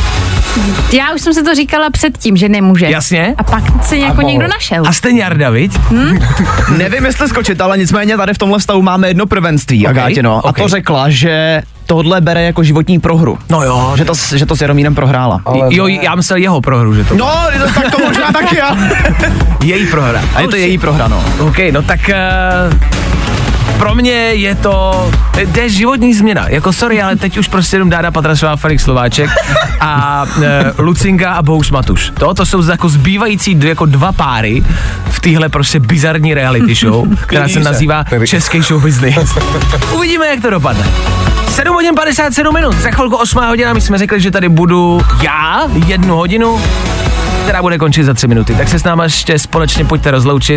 Speaker 4: Já už jsem si to říkala předtím, že nemůže.
Speaker 6: Jasně.
Speaker 4: A pak se jako někdo našel.
Speaker 6: A jste Jarda, viď?
Speaker 4: Hmm?
Speaker 5: Nevím, jestli skočit, ale nicméně tady v tomhle stavu máme jedno prvenství, okay, Agátino. Okay. A to řekla, že tohle bere jako životní prohru.
Speaker 6: No jo.
Speaker 5: Že to, že to s Jaromírem prohrála.
Speaker 6: Ale jo, já myslel jeho prohru, že to...
Speaker 5: No, tak to možná taky, já.
Speaker 6: Její prohra.
Speaker 5: A je to její prohra, no.
Speaker 6: OK, no tak... Uh... Pro mě je to, to je životní změna, jako sorry, ale teď už prostě jenom Dáda Patrašová, Felix Slováček a e, Lucinka a Bohuš Matuš. To, to jsou jako zbývající dvě, jako dva páry v téhle prostě bizarní reality show, která se nazývá Český show business. Uvidíme, jak to dopadne. sedm hodin padesát sedm minut, za chvilku osmá hodina, my jsme řekli, že tady budu já jednu hodinu, která bude končit za tři minuty. Tak se s náma ještě společně pojďte rozloučit.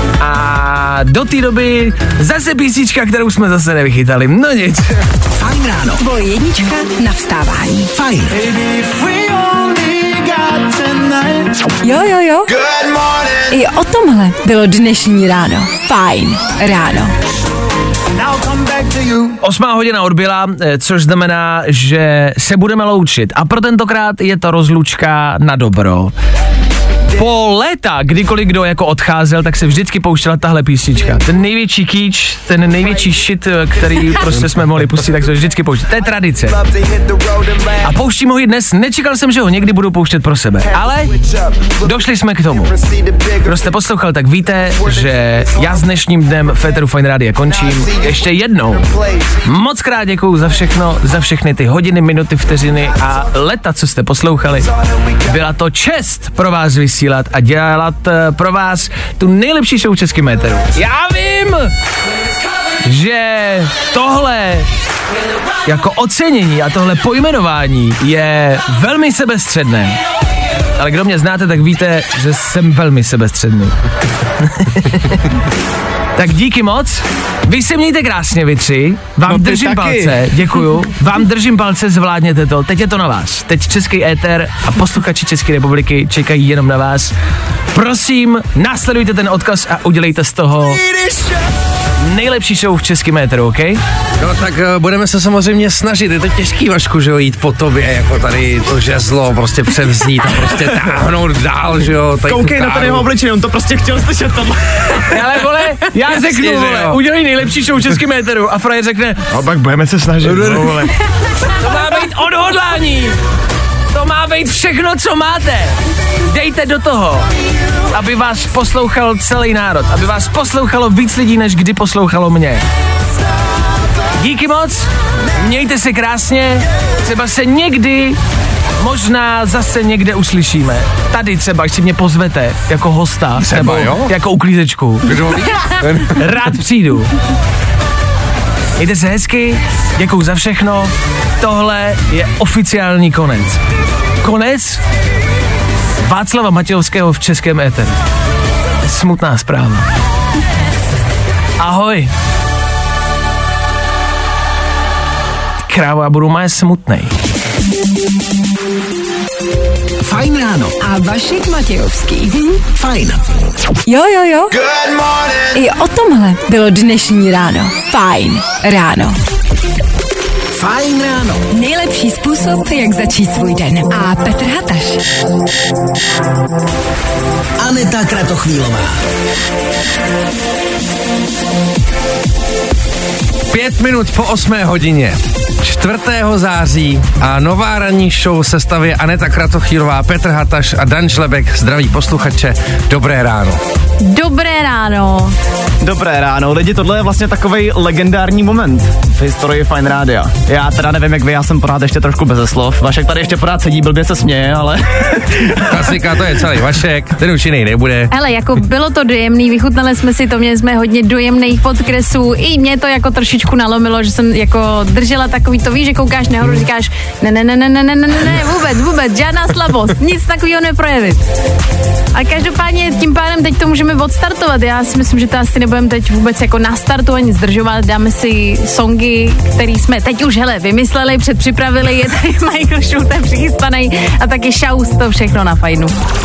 Speaker 6: A do té doby zase písnička, kterou jsme zase nevychytali. No nic.
Speaker 2: Fajn ráno. Tvoje jednička na vstávání. Fajn. Jo, jo, jo. I o tomhle bylo dnešní ráno. Fajn ráno.
Speaker 6: Osmá hodina odbyla, což znamená, že se budeme loučit. A pro tentokrát je to rozlučka na dobro. Po léta, kdykoliv kdo jako odcházel, tak se vždycky pouštěla tahle písnička. Ten největší kýč, ten největší shit, který prostě jsme mohli pustit, tak se vždycky pouštět. To je tradice. A pouštím ho i dnes, nečekal jsem, že ho někdy budu pouštět pro sebe, ale došli jsme k tomu. Kdo jste poslouchal, tak víte, že já s dnešním dnem Féteru Fine Rádia končím. Ještě jednou. Moc krát děkuju za všechno, za všechny ty hodiny, minuty, vteřiny a leta, co jste poslouchali. Byla to čest pro vás vysílat a dělat pro vás tu nejlepší show v českém éteru. Já vím, že tohle jako ocenění a tohle pojmenování je velmi sebestředné. Ale kdo mě znáte, tak víte, že jsem velmi sebestředný. Tak díky moc. Vy se mějte krásně, vy tři. Vám no držím taky. palce, děkuju. Vám držím palce, zvládněte to. Teď je to na vás. Teď český éter a posluchači České republiky čekají jenom na vás. Prosím, následujte ten odkaz a udělejte z toho nejlepší show v českém éteru, OK?
Speaker 3: No tak uh, budeme se samozřejmě snažit, je to těžký, Vašku, že jo, jít po tobě, jako tady to žezlo prostě převzít a prostě táhnout dál, že jo.
Speaker 5: Koukej na ten jeho obličej, on to prostě chtěl slyšet tohle.
Speaker 6: Ale vole, já řeknu, vole, udělej nejlepší show v českém éteru a frajer řekne,
Speaker 5: no tak budeme se snažit, no, vole.
Speaker 6: To má být odhodlání. To má být všechno, co máte. Dejte do toho, aby vás poslouchal celý národ, aby vás poslouchalo víc lidí, než kdy poslouchalo mě. Díky moc, mějte se krásně, třeba se někdy, možná zase někde uslyšíme. Tady třeba, až si mě pozvete jako hosta, nebo jako uklízečku. Rád přijdu. Mějte se hezky, děkuju za všechno. Tohle je oficiální konec. Konec Václava Matějovského v českém éteru. Smutná zpráva. Ahoj. Krávo, já budu máje smutnej.
Speaker 2: Fajn ráno. A Vašek Matějovský. Hm?
Speaker 1: Fajn.
Speaker 2: Jo, jo, jo. I o tomhle bylo dnešní ráno. Fajn ráno.
Speaker 1: Fajn ráno.
Speaker 2: Nejlepší způsob, jak začít svůj den. A Petr Hataš.
Speaker 1: Aneta Kratochvílová.
Speaker 3: Pět minut po osmé hodině. čtvrtého září a nová ranní show v sestavě Aneta Kratochvílová, Petr Hataš a Dan Žlebek. Zdraví posluchače, dobré ráno.
Speaker 4: Dobré ráno.
Speaker 5: Dobré ráno, lidi, tohle je vlastně takovej legendární moment v historii Fine Rádia. Já teda nevím, jak vy, já jsem pořád ještě trošku beze slov. Vašek tady ještě pořád sedí, blbě se směje, ale...
Speaker 3: Klasika, to je celý Vašek, ten už jiný nebude.
Speaker 4: Hele, jako bylo to dojemný, vychutnali jsme si to, měli jsme hodně dojemných podkresů, i mě to jako trošičku nalomilo, že jsem jako držela takový to, víš, že koukáš nahoru, říkáš ne, ne, ne, ne, ne, ne, ne, ne, vůbec, vůbec, žádná slabost, nic takového neprojevit. A každopádně tím pádem teď to můžeme odstartovat. Já si myslím, že to asi nebudeme teď vůbec jako na startu ani zdržovat. Dáme si songy, který jsme teď už hele vymysleli, předpřipravili, je tady Michael Schulte přichystanej a taky Šaus, to všechno na fajnu.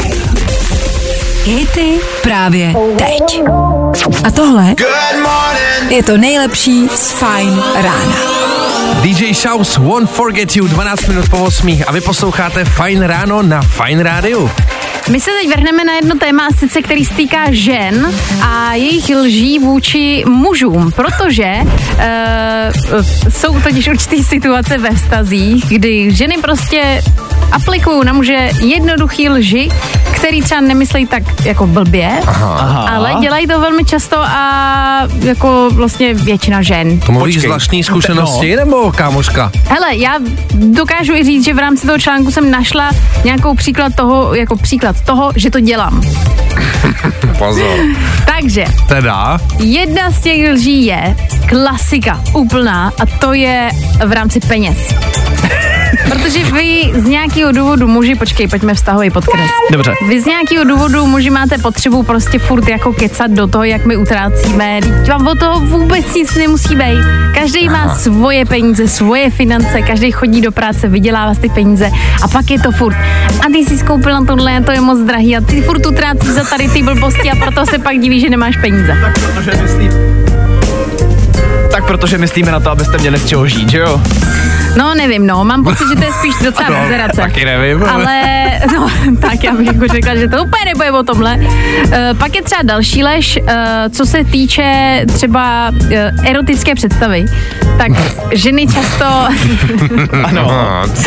Speaker 2: Hity právě teď. A tohle je to nejlepší z Fajn rána.
Speaker 3: D J Šaus, Won't Forget You, dvanáct minut po osmých a vy posloucháte Fajn ráno na Fajn rádiu.
Speaker 4: My se teď vrhneme na jedno téma, sice který se týká žen a jejich lží vůči mužům, protože uh, jsou totiž určitý situace ve vztazích, kdy ženy prostě aplikují na muže jednoduchý lži, který třeba nemyslejí tak jako blbě, Aha. ale dělají to velmi často a jako vlastně většina žen.
Speaker 3: To mluvíš zvláštní zkušenosti, no. nebo kámoška?
Speaker 4: Hele, já dokážu i říct, že v rámci toho článku jsem našla nějakou příklad toho, jako příklad toho, že to dělám.
Speaker 3: Pozor.
Speaker 4: Takže.
Speaker 3: Teda?
Speaker 4: Jedna z těch lží je klasika, úplná, a to je v rámci peněz. Protože vy z nějakého důvodu muži, počkej, pojďme vztahový podkres.
Speaker 5: Dobře.
Speaker 4: Vy z nějakého důvodu muži máte potřebu prostě furt jako kecat do toho, jak my utrácíme. Vám od toho vůbec nic nemusí být. Každý má svoje peníze, svoje finance, každý chodí do práce, vydělává ty peníze a pak je to furt. A ty jsi skoupil na tohle, to je moc drahý a ty furt utrácíš za tady ty blbosti a proto se pak diví, že nemáš peníze.
Speaker 5: Tak protože myslí... Tak protože myslíme na to, abyste měli z čeho žít, že jo?
Speaker 4: No nevím, no, mám pocit, že to je spíš docela
Speaker 3: no,
Speaker 4: buzerace.
Speaker 3: Taky nevím.
Speaker 4: Ale, no, tak já bych jako řekla, že to úplně nebude o tomhle. Uh, pak je třeba další lež, uh, co se týče třeba uh, erotické představy. Tak ženy často...
Speaker 3: ano. Co?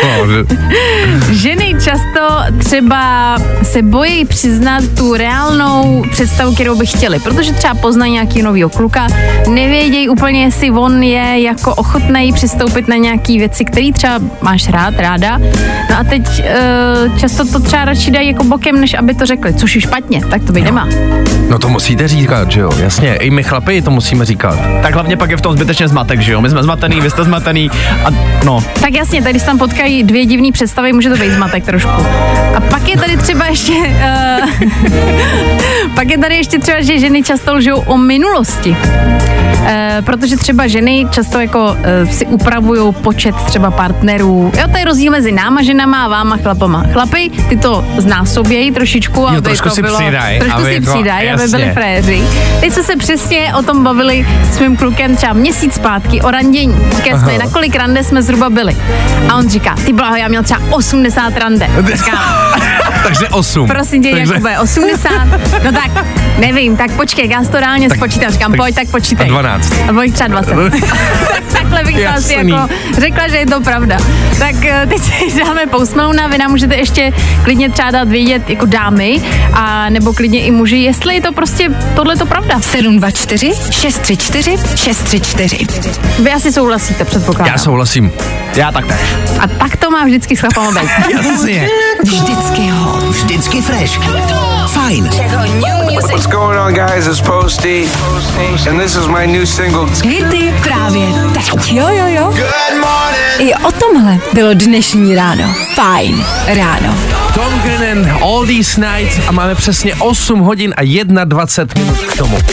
Speaker 4: Ženy často třeba se bojí přiznat tu reálnou představu, kterou by chtěli, protože třeba poznají nějaký novýho kluka, nevědějí úplně, jestli on je jako ochotnej přistoupit na nějaký věci, který třeba máš rád, ráda. No a teď e, často to třeba radši dají jako bokem, než aby to řekli, což je špatně, tak to by nemá.
Speaker 3: No to musíte říkat, že jo, jasně, i my chlapi to musíme říkat.
Speaker 5: Tak hlavně pak je v tom zbytečně zmatek, že jo, my jsme zmatený, vy jste zmatený a no.
Speaker 4: Tak jasně, tady se tam potkají dvě divné představy, může to být zmatek trošku. A pak je tady třeba ještě, uh, pak je tady ještě třeba, že ženy často lžou o minulosti. Uh, protože třeba ženy často jako uh, si upravují počet třeba partnerů. Jo, to je rozdíl mezi náma ženama a váma chlapama. Chlapi, ty to znásobějí trošičku,
Speaker 3: jo,
Speaker 4: aby
Speaker 3: trošku
Speaker 4: to
Speaker 3: si
Speaker 4: bylo...
Speaker 3: Přidaj,
Speaker 4: trošku
Speaker 3: aby
Speaker 4: si
Speaker 3: jako,
Speaker 4: přidají, aby
Speaker 3: jasně.
Speaker 4: byli fréři. Teď jsme se přesně o tom bavili s mým klukem třeba měsíc zpátky o randění. Říkali jsme, na kolik rande jsme zhruba byli. A on říká, ty bláho, já měl třeba osmdesát rande. Říkám,
Speaker 3: takže osm.
Speaker 4: prosím tě,
Speaker 3: takže...
Speaker 4: Jakube, osmdesát. No tak, nevím, tak počkej, já si to reálně tak, spočítám. Říkám, tak, pojď, tak počítej.
Speaker 3: A dvanáct.
Speaker 4: A pojď třeba dvacet. Takhle bych to asi jako řekla, že je to pravda. Tak teď si dáme postmeluna, vy nám můžete ještě klidně třeba dát vědět jako dámy, a nebo klidně i muži, jestli je to prostě tohleto pravda.
Speaker 2: sedm dva čtyři šest tři čtyři šest tři čtyři.
Speaker 4: Vy asi souhlasíte, předpokládám.
Speaker 3: Já souhlasím.
Speaker 5: Já tak ne.
Speaker 4: A tak to má vždycky s chlapama být.
Speaker 3: Jasně.
Speaker 2: Vždycky hot.
Speaker 1: Vždycky fresh. Fajn.
Speaker 9: What's going on, guys? It's Posty, and this is my new single.
Speaker 2: Hity právě teď. Jo, jo, jo. I o tomhle bylo dnešní ráno. Fajn ráno.
Speaker 3: Tom Grennan, All These Nights a máme přesně osm hodin a dvacet jedna minut k tomu.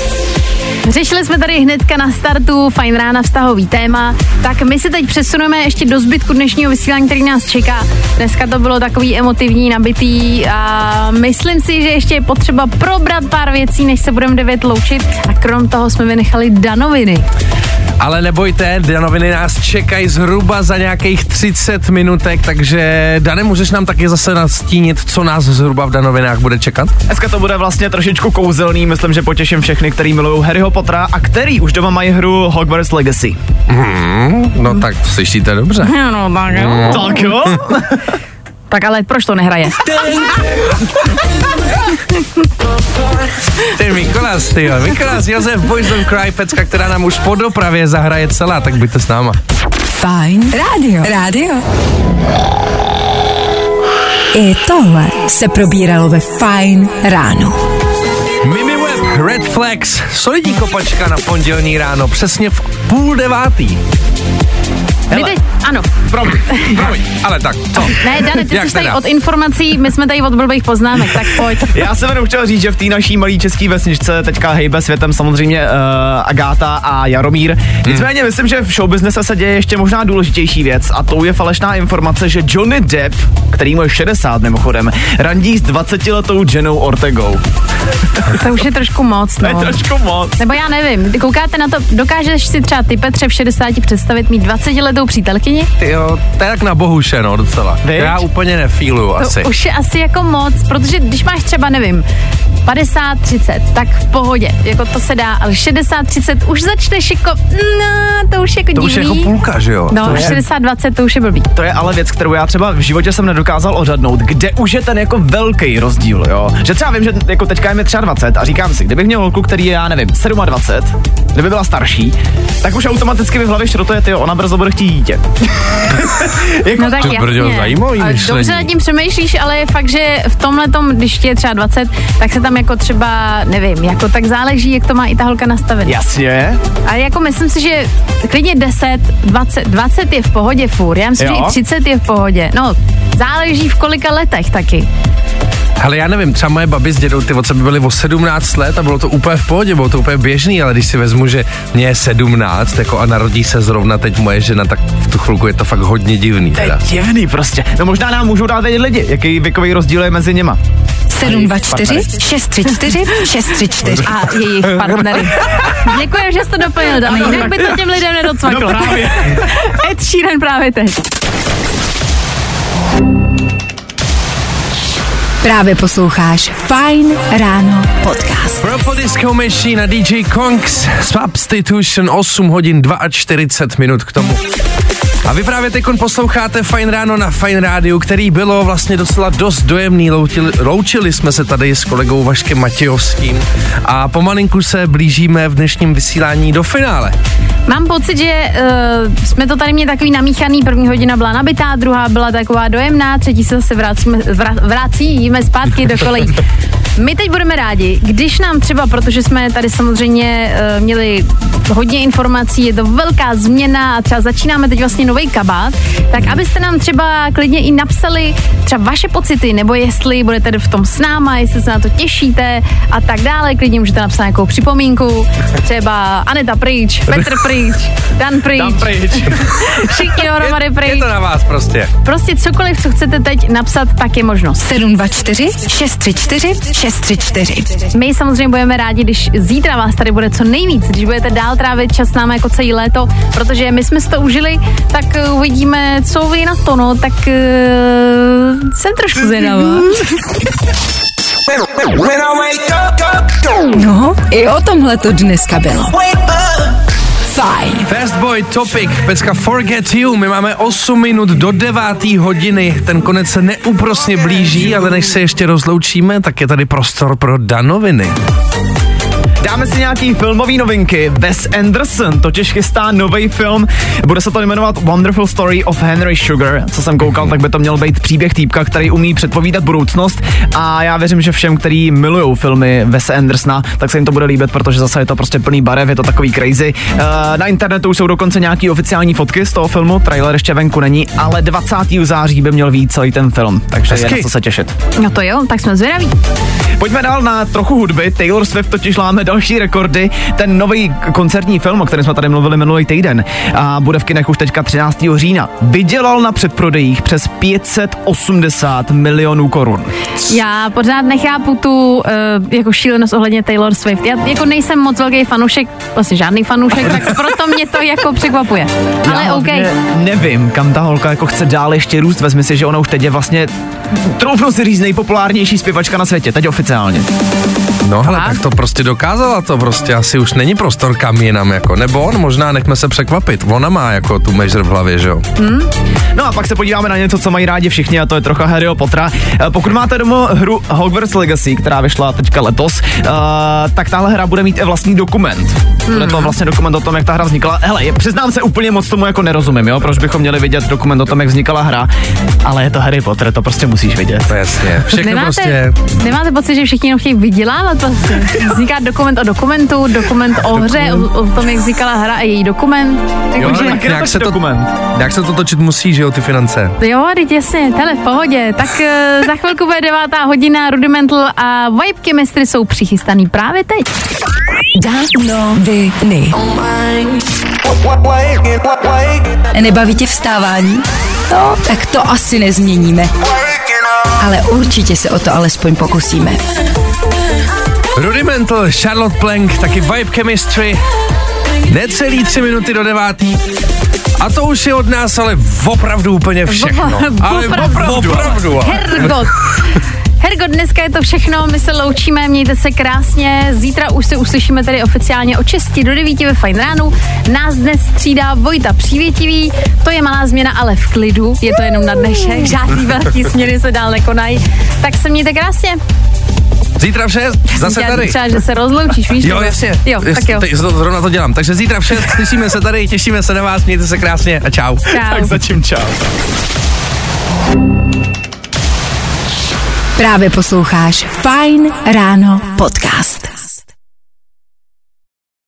Speaker 4: Řešili jsme tady hnedka na startu Fajn rána vztahový téma, tak my se teď přesuneme ještě do zbytku dnešního vysílání, který nás čeká. Dneska to bylo takový emotivní, nabitý a myslím si, že ještě je potřeba probrat pár věcí, než se budeme devět loučit a krom toho jsme vynechali danoviny.
Speaker 3: Ale nebojte, danoviny nás čekají zhruba za nějakých třicet minutek, takže Dane, můžeš nám taky zase nastínit, co nás zhruba v danovinách bude čekat?
Speaker 5: Dneska to bude vlastně trošičku kouzelný, myslím, že potěším všechny, který milují Harryho Pottera a který už doma mají hru Hogwarts Legacy.
Speaker 3: Hmm, no tak slyšíte dobře.
Speaker 4: No tak jo.
Speaker 5: No. Tak jo.
Speaker 4: Tak ale proč to nehraje?
Speaker 3: Ty Mikolas, ty jo. Mikolas Josef, Boys Don't Cry, pecka, která nám už po dopravě zahraje celá, tak buďte s náma.
Speaker 2: Fajn rádio. Rádio. I tohle se probíralo ve Fajn ráno.
Speaker 3: Mimi Web, Red Flags, solidní kopačka na pondělní ráno, přesně v půl devátý.
Speaker 4: My teď, ano.
Speaker 3: Promiň, promiň, ale tak, co?
Speaker 4: Ne, Dane, ty
Speaker 3: Jak
Speaker 4: jsi tady
Speaker 3: teda?
Speaker 4: od informací, my jsme tady od blbých poznámek, tak pojď.
Speaker 5: Já jsem jenom chtěl říct, že v té naší malé české vesničce teďka hejbe světem samozřejmě uh, Agáta a Jaromír. Nicméně myslím, že v showbiznese se děje ještě možná důležitější věc a to je falešná informace, že Johnny Depp, který mu je šedesát mimochodem, randí s dvacetiletou Jennou Ortegou.
Speaker 4: To už je trošku moc,
Speaker 5: To je
Speaker 4: no.
Speaker 5: trošku moc.
Speaker 4: Nebo já nevím, koukáte na to, dokážeš si třeba ty, Petře, v šedesáti představit mít dvacetiletou přítelkyni?
Speaker 3: Jo, to je tak na bohuše, no, docela.
Speaker 5: Viď?
Speaker 3: Já úplně nefíluju asi.
Speaker 4: To už je asi jako moc, protože když máš třeba, nevím, padesát třicet, tak v pohodě, jako to se dá, ale šedesát třicet už začneš jako, no, to už jako
Speaker 3: To už
Speaker 4: divný.
Speaker 3: je jako půlka, že jo?
Speaker 4: No,
Speaker 3: To je-
Speaker 4: šedesát dvacet to už je blbý.
Speaker 5: To je ale věc, kterou já třeba v životě jsem nedokázal odhadnout, kde už je ten jako velký rozdíl, jo. Že třeba vím, že jako teďka je mi dvacet tři a říkám si, kdybych měl holku, který je, já nevím, dvacet sedm, kdyby byla starší, tak už automaticky mi v hlavě šrotuje, tyjo, ona brzo bude chtít dítě. jako,
Speaker 4: No tak
Speaker 3: To je brďo
Speaker 4: jasně.
Speaker 3: zajímavý
Speaker 4: A
Speaker 3: myšlení.
Speaker 4: dobře nad tím přemýšlíš, ale je fakt, že v tomhletom, když ti je třeba dvacet, tak se tam jako třeba, nevím, jako tak záleží, jak to má i ta holka nastavené.
Speaker 5: Jasně.
Speaker 4: Ale jako myslím si, že klidně deset, dvacet, dvacet je v pohodě furt. Já myslím,
Speaker 5: Jo.
Speaker 4: že i třicet je v pohodě. No, záleží v kolika letech taky.
Speaker 3: Ale já nevím, třeba moje babi s dědou, ty od sebe byli o sedmnáct let a bylo to úplně v pohodě, bylo to úplně běžný, ale když si vezmu, že mě je sedmnáct jako a narodí se zrovna teď moje žena, tak v tu chvilku je to fakt hodně divný.
Speaker 5: To je
Speaker 3: Teda.
Speaker 5: divný prostě. No možná nám můžou dát vědět lidi, jaký věkový rozdíl je mezi něma.
Speaker 2: sedm dva čtyři šest tři čtyři šest tři čtyři
Speaker 4: A jejich partnery. Děkuji, že jsi to doplnil, Dani. Jinak by to těm lidem nedocvaklo.
Speaker 5: No právě.
Speaker 4: Ed Sheeran právě teď.
Speaker 2: Právě posloucháš Fajn ráno podcast.
Speaker 3: Propo Disco Machine a D J Kongs Substitution, osm hodin čtyřicet dva minut k tomu. A vy právě teď posloucháte Fajn ráno na Fajn rádiu, který bylo vlastně docela dost dojemný. Loučili, loučili jsme se tady s kolegou Vaškem Matějovským a pomalinku se blížíme v dnešním vysílání do finále.
Speaker 4: Mám pocit, že uh, jsme to tady měli takový namíchaný, první hodina byla nabitá, druhá byla taková dojemná, třetí se zase vracíme, vra, vracíme zpátky do kolejí. My teď budeme rádi, když nám třeba, protože jsme tady samozřejmě uh, měli hodně informací, je to velká změna a třeba začínáme teď vlastně nový kabát, tak abyste nám třeba klidně i napsali třeba vaše pocity, nebo jestli budete v tom s náma, jestli se na to těšíte a tak dále, klidně můžete napsat nějakou připomínku, třeba Aneta pryč, Petr pryč, Dan pryč,
Speaker 5: Dan pryč.
Speaker 4: Všichni dohromady pryč.
Speaker 3: Je to na vás prostě.
Speaker 4: Prostě cokoliv, co chcete teď napsat, tak je možnost.
Speaker 2: sedm dva čtyři šest tři čtyři šest tři čtyři.
Speaker 4: My samozřejmě budeme rádi, když zítra vás tady bude co nejvíc, když budete dál trávit čas s námi jako celý léto, protože my jsme si to užili, tak uvidíme, co vy na to, no, tak uh, jsem trošku zvědavá.
Speaker 2: No, i o tomhle to dneska bylo. Fajn.
Speaker 3: Fast Boy Topic, pecka Forget You, my máme osm minut do deváté hodiny, ten konec se neúprosně blíží, ale než se ještě rozloučíme, tak je tady prostor pro danoviny.
Speaker 5: Dáme si nějaký filmový novinky. Wes Anderson totiž chystá nový film, bude se to jmenovat Wonderful Story of Henry Sugar. Co jsem koukal, tak by to měl být příběh týpka, který umí předpovídat budoucnost a já věřím, že všem, který milujou filmy Wese Andersona, tak se jim to bude líbit, protože zase je to prostě plný barev, je to takový crazy. Na internetu jsou dokonce nějaký oficiální fotky z toho filmu, trailer ještě venku není, ale dvacátého září by měl být celý ten film, takže Hezky. Je na co se těšit.
Speaker 4: No to jo, tak jsme zvědaví.
Speaker 5: Pojďme dál na trochu hudby. Taylor Swift totiž láme další rekordy. Ten nový koncertní film, o kterém jsme tady mluvili minulý týden, a bude v kinech už teďka třináctého října, vydělal na předprodejích přes pět set osmdesát milionů korun.
Speaker 4: Já pořád nechápu tu uh, jako šílenost ohledně Taylor Swift. Já jako nejsem moc velký fanoušek, vlastně žádný fanoušek, tak proto mě to jako překvapuje. Ale
Speaker 5: Já
Speaker 4: OK.
Speaker 5: Nevím, kam ta holka jako chce dál ještě růst. Vezmi si, že ona už teď je vlastně, troufnu si říct, nejpopulárnější zpěvačka na světě, teď oficiálně.
Speaker 3: No hele, tak to prostě dokázala, to prostě asi už není prostor kam jinam, jako, nebo on, možná nechme se překvapit, ona má jako tu measure v hlavě, že jo.
Speaker 4: Hmm?
Speaker 5: No a pak se podíváme na něco, co mají rádi všichni, a to je trocha Harryho Pottera. Pokud máte doma hru Hogwarts Legacy, která vyšla teďka letos, uh, tak tahle hra bude mít i vlastní dokument. Hmm. Bude to vlastně dokument o tom, jak ta hra vznikla. Hele, přiznám se, úplně moc tomu jako nerozumím, jo, proč bychom měli vidět dokument o tom, jak vznikala hra, ale je to Harry Potter, to prostě musíš vidět.
Speaker 3: To jasně, všechno
Speaker 4: nemáte,
Speaker 3: prostě.
Speaker 4: Nemáte pocit, že všichni jenom chtějí vydělávat vlastně? Vzniká dokument o dokumentu, dokument o hře, o, o tom, jak vznikala hra a její dokument.
Speaker 3: Jo,
Speaker 4: Takže,
Speaker 3: tak nějak se, to, nějak se to točit musí, že jo, ty finance.
Speaker 4: jo, teď jasně, hele, v pohodě. Tak uh, za chvilku bude devátá hodina, Rudimental a Vibe Chemistry jsou přichystaný právě teď.
Speaker 2: Danoviny. Nebaví tě vstávání? No, tak to asi nezměníme. Ale určitě se o to alespoň pokusíme.
Speaker 3: Rudimental, Charlotte Plank, taky Vibe Chemistry, necelý tři minuty do devátý. A to už je od nás ale opravdu úplně všechno. Ale opravdu, opravdu.
Speaker 4: Hergot. Hergot, dneska je to všechno, my se loučíme, mějte se krásně, zítra už se uslyšíme tady oficiálně od šesti do devíti ve Fajn ránu. Nás dnes střídá Vojta Přívětivý, to je malá změna, ale v klidu, je to jenom na dnešek, žádný velký směny se dál nekonají, tak se mějte krásně.
Speaker 3: Zítra v šest, zase tady.
Speaker 4: Třeba, že se rozloučíš, víš?
Speaker 3: Jo, jasně.
Speaker 4: Jo, tak jo.
Speaker 3: Teď zrovna to dělám. Takže zítra v šest, slyšíme se tady, těšíme se na vás, mějte se krásně a čau.
Speaker 4: Čau.
Speaker 5: Tak zatím čau.
Speaker 2: Právě posloucháš Fajn ráno podcast.